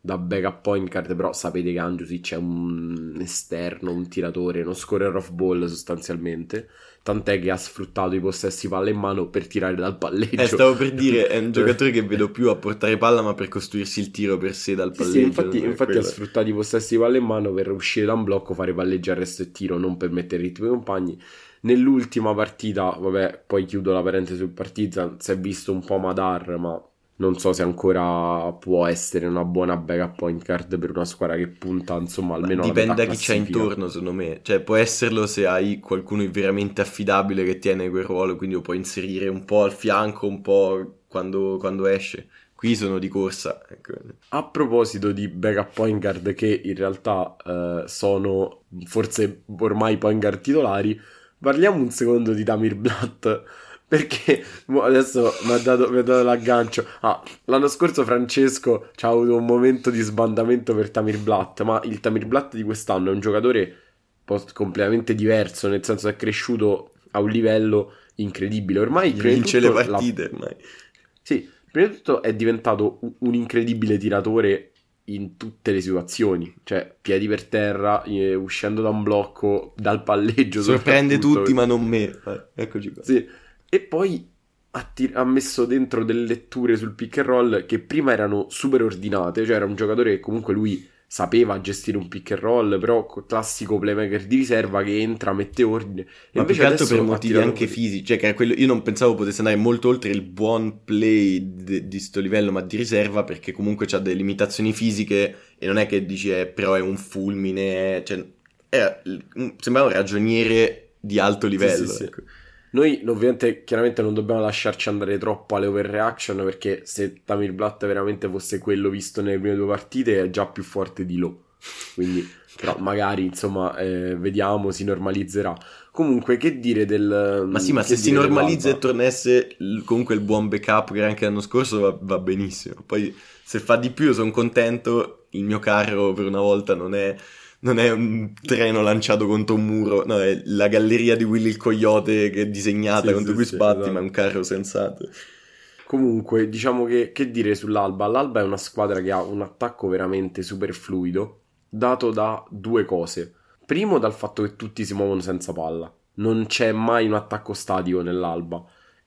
da backup point guard, però sapete che Andjusic è un esterno, un tiratore, uno scorer off ball sostanzialmente, tant'è che ha sfruttato i possessi palla in mano per tirare dal palleggio. Eh, stavo per dire, è un giocatore che vedo più a portare palla ma per costruirsi il tiro per sé dal palleggio. Sì, sì, infatti, infatti ha sfruttato i possessi palla in mano per uscire da un blocco, fare palleggio, arresto e tiro, non per mettere ritmo ai compagni. Nell'ultima partita, vabbè, poi chiudo la parentesi sul Partizan, si è visto un po' Madar, ma non so se ancora può essere una buona backup point guard per una squadra che punta, insomma, almeno alla metà dipende da chi c'è classifica. intorno, secondo me. Cioè, può esserlo se hai qualcuno di veramente affidabile che tiene quel ruolo, quindi lo puoi inserire un po' al fianco, un po' quando, quando esce. Qui sono di corsa. Ecco. A proposito di backup point guard che in realtà eh, sono forse ormai point guard titolari, parliamo un secondo di Tamir Blatt, perché adesso mi ha dato, mi ha dato l'aggancio. Ah, l'anno scorso Francesco ci ha avuto un momento di sbandamento per Tamir Blatt, ma il Tamir Blatt di quest'anno è un giocatore post- completamente diverso, nel senso è cresciuto a un livello incredibile. Ormai vince le la... partite ormai. Sì, prima di tutto è diventato un incredibile tiratore in tutte le situazioni, cioè piedi per terra, eh, uscendo da un blocco, dal palleggio, sorprende tutti ma non me. Eh, eccoci qua. Sì. E poi ha, tir- ha messo dentro delle letture sul pick and roll che prima erano super ordinate, cioè era un giocatore che comunque lui sapeva gestire un pick and roll, però classico playmaker di riserva che entra, mette ordine. E ma invece più che altro per adesso motivi anche fisici, cioè che era quello, io non pensavo potesse andare molto oltre il buon play di, di sto livello, ma di riserva, perché comunque c'ha delle limitazioni fisiche e non è che dici eh, però è un fulmine, cioè era, sembrava un ragioniere di alto livello. Sì, sì, ecco. sì. Noi ovviamente chiaramente non dobbiamo lasciarci andare troppo alle overreaction, perché se Tamir Blatt veramente fosse quello visto nelle prime due partite è già più forte di Lo, quindi però magari insomma eh, vediamo, si normalizzerà. Comunque che dire del... Ma sì, ma se si normalizza e tornasse comunque il buon backup che era anche l'anno scorso va, va benissimo. Poi se fa di più sono contento, il mio carro per una volta non è... non è un treno lanciato contro un muro, no, è la galleria di Willy il Coyote che è disegnata sì, contro sì, cui sì, sbatti, esatto. ma è un carro sensato. Comunque, diciamo che, che dire sull'Alba? L'Alba è una squadra che ha un attacco veramente super fluido, dato da due cose. Primo, dal fatto che tutti si muovono senza palla. Non c'è mai un attacco statico nell'Alba.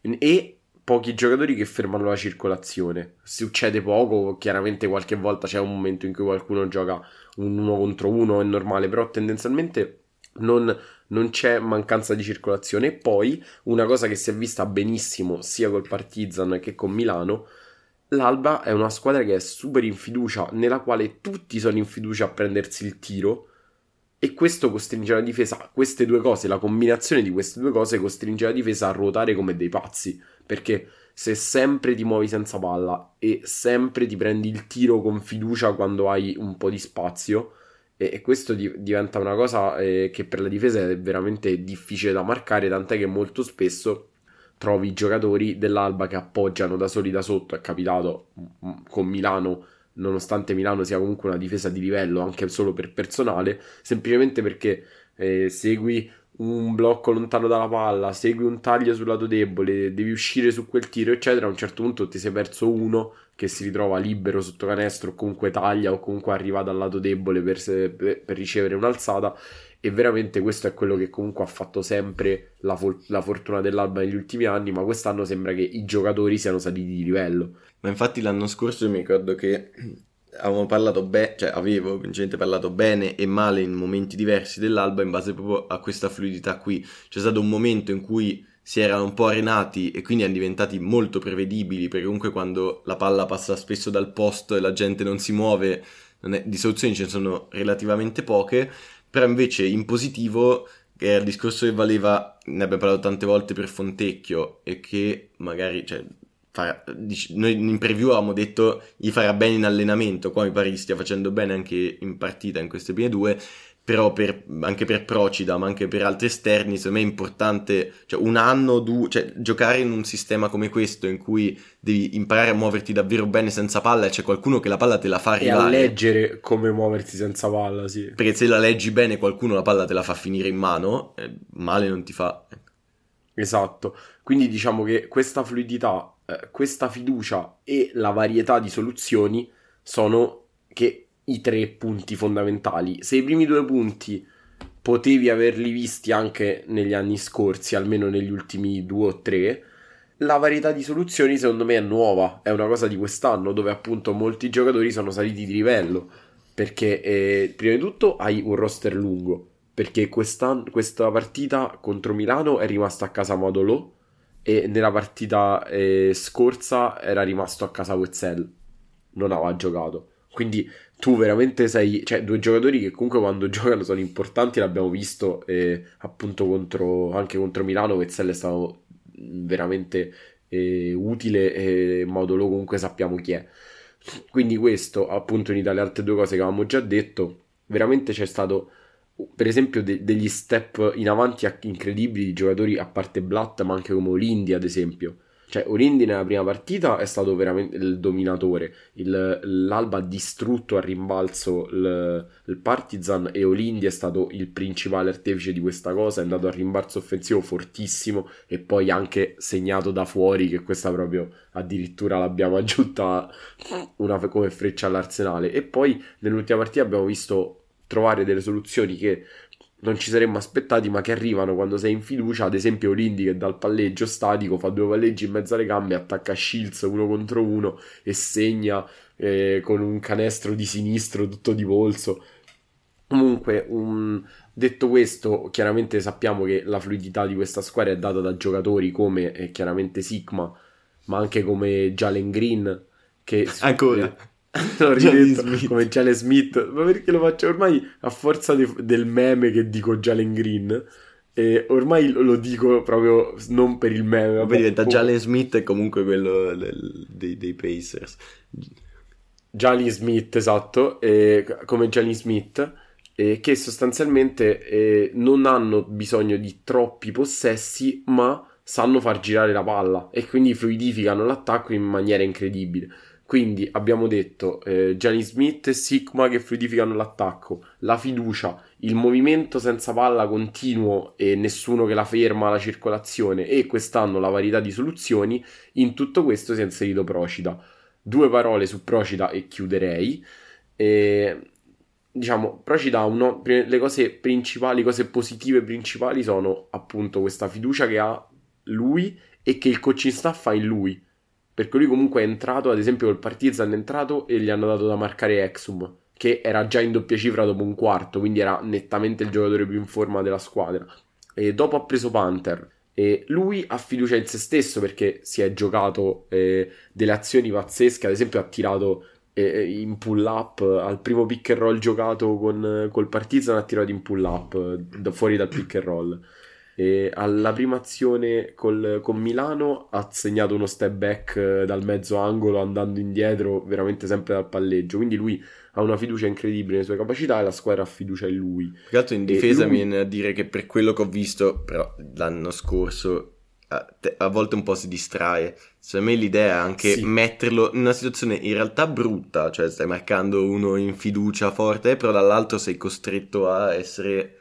E pochi giocatori che fermano la circolazione. Succede poco, chiaramente qualche volta c'è un momento in cui qualcuno gioca un uno contro uno, è normale, però tendenzialmente non, non c'è mancanza di circolazione. E poi una cosa che si è vista benissimo sia col Partizan che con Milano, l'Alba è una squadra che è super in fiducia, nella quale tutti sono in fiducia a prendersi il tiro, e questo costringe la difesa, queste due cose, la combinazione di queste due cose costringe la difesa a ruotare come dei pazzi, perché se sempre ti muovi senza palla e sempre ti prendi il tiro con fiducia quando hai un po' di spazio, e, e questo di, diventa una cosa eh, che per la difesa è veramente difficile da marcare, tant'è che molto spesso trovi giocatori dell'Alba che appoggiano da soli da sotto. È capitato m- con Milano, nonostante Milano sia comunque una difesa di livello anche solo per personale, semplicemente perché eh, segui un blocco lontano dalla palla, segui un taglio sul lato debole, devi uscire su quel tiro eccetera, a un certo punto ti sei perso uno che si ritrova libero sotto canestro o comunque taglia o comunque arriva dal lato debole per, se, per, per ricevere un'alzata. E veramente questo è quello che comunque ha fatto sempre la, fo- la fortuna dell'Alba negli ultimi anni, ma quest'anno sembra che i giocatori siano saliti di livello. Ma infatti l'anno scorso mi ricordo che avevamo parlato bene, cioè avevo principalmente parlato bene e male in momenti diversi dell'Alba in base proprio a questa fluidità qui. C'è stato un momento in cui si erano un po' arenati e quindi erano diventati molto prevedibili, perché comunque quando la palla passa spesso dal posto e la gente non si muove, non è, di soluzioni ce ne sono relativamente poche. Però invece in positivo, che era il discorso che valeva, ne abbiamo parlato tante volte per Fontecchio, e che magari, cioè, farà, noi in preview avevamo detto gli farà bene in allenamento, qua mi pare che stia facendo bene anche in partita in queste prime due, però per, anche per Procida, ma anche per altri esterni, secondo me è importante, cioè un anno, due, cioè giocare in un sistema come questo in cui devi imparare a muoverti davvero bene senza palla e c'è qualcuno che la palla te la fa arrivare. E a leggere come muoversi senza palla, sì. Perché se la leggi bene qualcuno la palla te la fa finire in mano, eh, male non ti fa. Esatto, quindi diciamo che questa fluidità, eh, questa fiducia e la varietà di soluzioni sono che i tre punti fondamentali. Se i primi due punti potevi averli visti anche negli anni scorsi, almeno negli ultimi due o tre, la varietà di soluzioni secondo me è nuova, è una cosa di quest'anno, dove appunto molti giocatori sono saliti di livello, perché eh, prima di tutto hai un roster lungo, perché questa partita contro Milano è rimasta a casa Modolo e nella partita eh, scorsa era rimasto a casa Wetzel, non aveva giocato. Quindi tu veramente sei, cioè due giocatori che comunque quando giocano sono importanti, l'abbiamo visto eh, appunto contro, anche contro Milano. Wetzel è stato veramente eh, utile e Modolo comunque sappiamo chi è. Quindi questo appunto unito alle altre due cose che avevamo già detto, veramente c'è stato per esempio de- degli step in avanti incredibili di giocatori, a parte Blatt ma anche come Olindi ad esempio. Cioè Olindi nella prima partita è stato veramente il dominatore, il, l'Alba ha distrutto a rimbalzo il, il Partizan e Olindi è stato il principale artefice di questa cosa, è andato a rimbalzo offensivo fortissimo e poi anche segnato da fuori, che questa proprio addirittura l'abbiamo aggiunta una, come freccia all'arsenale. E poi nell'ultima partita abbiamo visto trovare delle soluzioni che non ci saremmo aspettati ma che arrivano quando sei in fiducia. Ad esempio Olindi che dal palleggio statico fa due palleggi in mezzo alle gambe, attacca Shields uno contro uno e segna eh, con un canestro di sinistro tutto di polso. Comunque un... detto questo, chiaramente sappiamo che la fluidità di questa squadra è data da giocatori come eh, chiaramente Sigma, ma anche come Jalen Green, che ancora l'ho ridetto come Jalen Smith, ma perché lo faccio ormai a forza de- del meme che dico Jalen Green, e ormai lo, lo dico proprio non per il meme, ma poi diventa come... Jalen Smith è comunque quello del, dei, dei Pacers. Jalen Smith, esatto, eh, come Jalen Smith, eh, che sostanzialmente eh, non hanno bisogno di troppi possessi ma sanno far girare la palla e quindi fluidificano l'attacco in maniera incredibile. Quindi abbiamo detto eh, Jalen Smith e Sigma che fluidificano l'attacco, la fiducia, il movimento senza palla continuo e nessuno che la ferma, la circolazione, e quest'anno la varietà di soluzioni. In tutto questo si è inserito Procida. Due parole su Procida e chiuderei. E, diciamo, Procida ha uno, le cose principali, cose positive principali sono appunto questa fiducia che ha lui e che il coaching staff ha in lui. Perché lui comunque è entrato, ad esempio col Partizan è entrato e gli hanno dato da marcare Exum, che era già in doppia cifra dopo un quarto, quindi era nettamente il giocatore più in forma della squadra. E dopo ha preso Panther, e lui ha fiducia in se stesso perché si è giocato eh, delle azioni pazzesche, ad esempio ha tirato eh, in pull up, al primo pick and roll giocato con, col Partizan ha tirato in pull up, da, fuori dal pick and roll. E alla prima azione col, con Milano ha segnato uno step back dal mezzo angolo andando indietro veramente sempre dal palleggio, quindi lui ha una fiducia incredibile nelle sue capacità e la squadra ha fiducia in lui. Più che altro in difesa lui... mi viene a dire che per quello che ho visto però l'anno scorso a, a volte un po' si distrae. Secondo me l'idea è anche sì. metterlo in una situazione in realtà brutta, cioè stai marcando uno in fiducia forte però dall'altro sei costretto a essere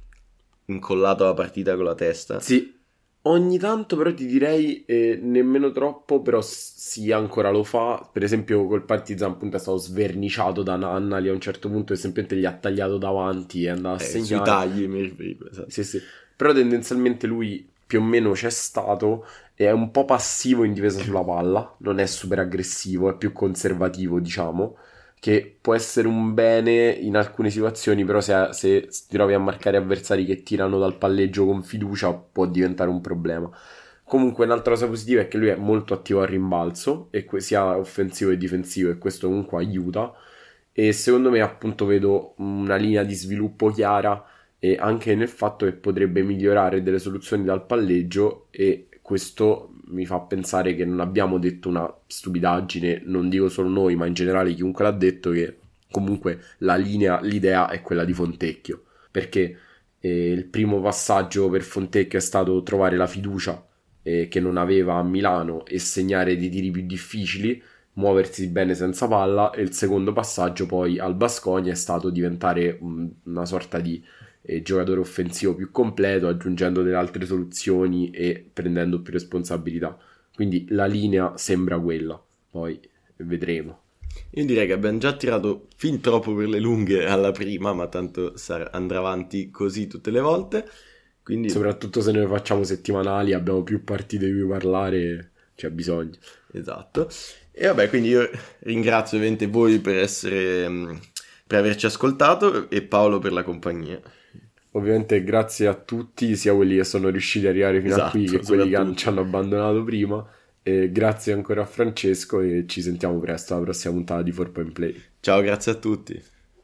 incollato alla partita con la testa. Sì, ogni tanto però ti direi eh, nemmeno troppo, però sì, ancora lo fa. Per esempio col Partizan appunto è stato sverniciato da Nannali a un certo punto e semplicemente gli ha tagliato davanti e andava a eh, segnare. Sui tagli mi riferivo, esatto. Sì, sì. Però tendenzialmente lui più o meno c'è stato e è un po' passivo in difesa sulla palla, non è super aggressivo, è più conservativo diciamo, che può essere un bene in alcune situazioni, però se, se ti trovi a marcare avversari che tirano dal palleggio con fiducia può diventare un problema. Comunque un'altra cosa positiva è che lui è molto attivo al rimbalzo, e que- sia offensivo che difensivo, e questo comunque aiuta, e secondo me appunto vedo una linea di sviluppo chiara e anche nel fatto che potrebbe migliorare delle soluzioni dal palleggio, e questo mi fa pensare che non abbiamo detto una stupidaggine, non dico solo noi ma in generale chiunque l'ha detto, che comunque la linea, l'idea è quella di Fontecchio, perché eh, il primo passaggio per Fontecchio è stato trovare la fiducia eh, che non aveva a Milano e segnare dei tiri più difficili, muoversi bene senza palla, e il secondo passaggio poi al Baskonia è stato diventare un, una sorta di E giocatore offensivo più completo, aggiungendo delle altre soluzioni e prendendo più responsabilità. Quindi la linea sembra quella, poi vedremo. Io direi che abbiamo già tirato fin troppo per le lunghe alla prima, ma tanto sarà, andrà avanti così tutte le volte. Quindi... soprattutto se noi facciamo settimanali, abbiamo più partite di cui parlare, c'è bisogno. Esatto. E vabbè, quindi io ringrazio ovviamente voi per essere, per averci ascoltato e Paolo per la compagnia. Ovviamente grazie a tutti, sia quelli che sono riusciti ad arrivare fino esatto, a qui che quelli che ci hanno abbandonato prima. E grazie ancora a Francesco e ci sentiamo presto alla prossima puntata di four point play. Ciao, grazie a tutti.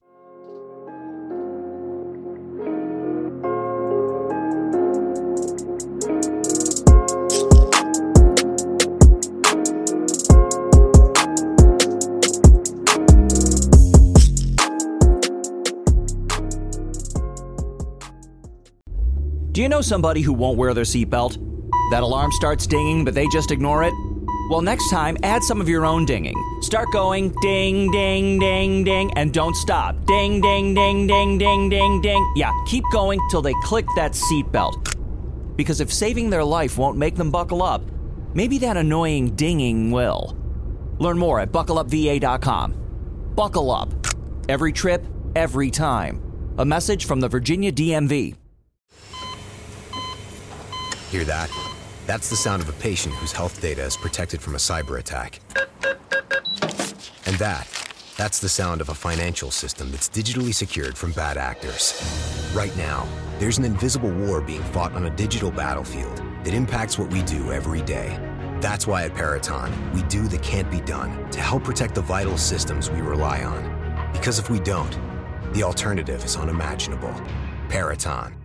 Do you know somebody who won't wear their seatbelt? That alarm starts dinging, but they just ignore it? Well, next time, add some of your own dinging. Start going ding, ding, ding, ding, and don't stop. Ding, ding, ding, ding, ding, ding, ding. Yeah, keep going till they click that seatbelt. Because if saving their life won't make them buckle up, maybe that annoying dinging will. Learn more at buckle up v a dot com. Buckle up. Every trip, every time. A message from the Virginia D M V. Hear that? That's the sound of a patient whose health data is protected from a cyber attack. And that, that's the sound of a financial system that's digitally secured from bad actors. Right now, there's an invisible war being fought on a digital battlefield that impacts what we do every day. That's why at Peraton, we do the can't be done to help protect the vital systems we rely on. Because if we don't, the alternative is unimaginable. Peraton.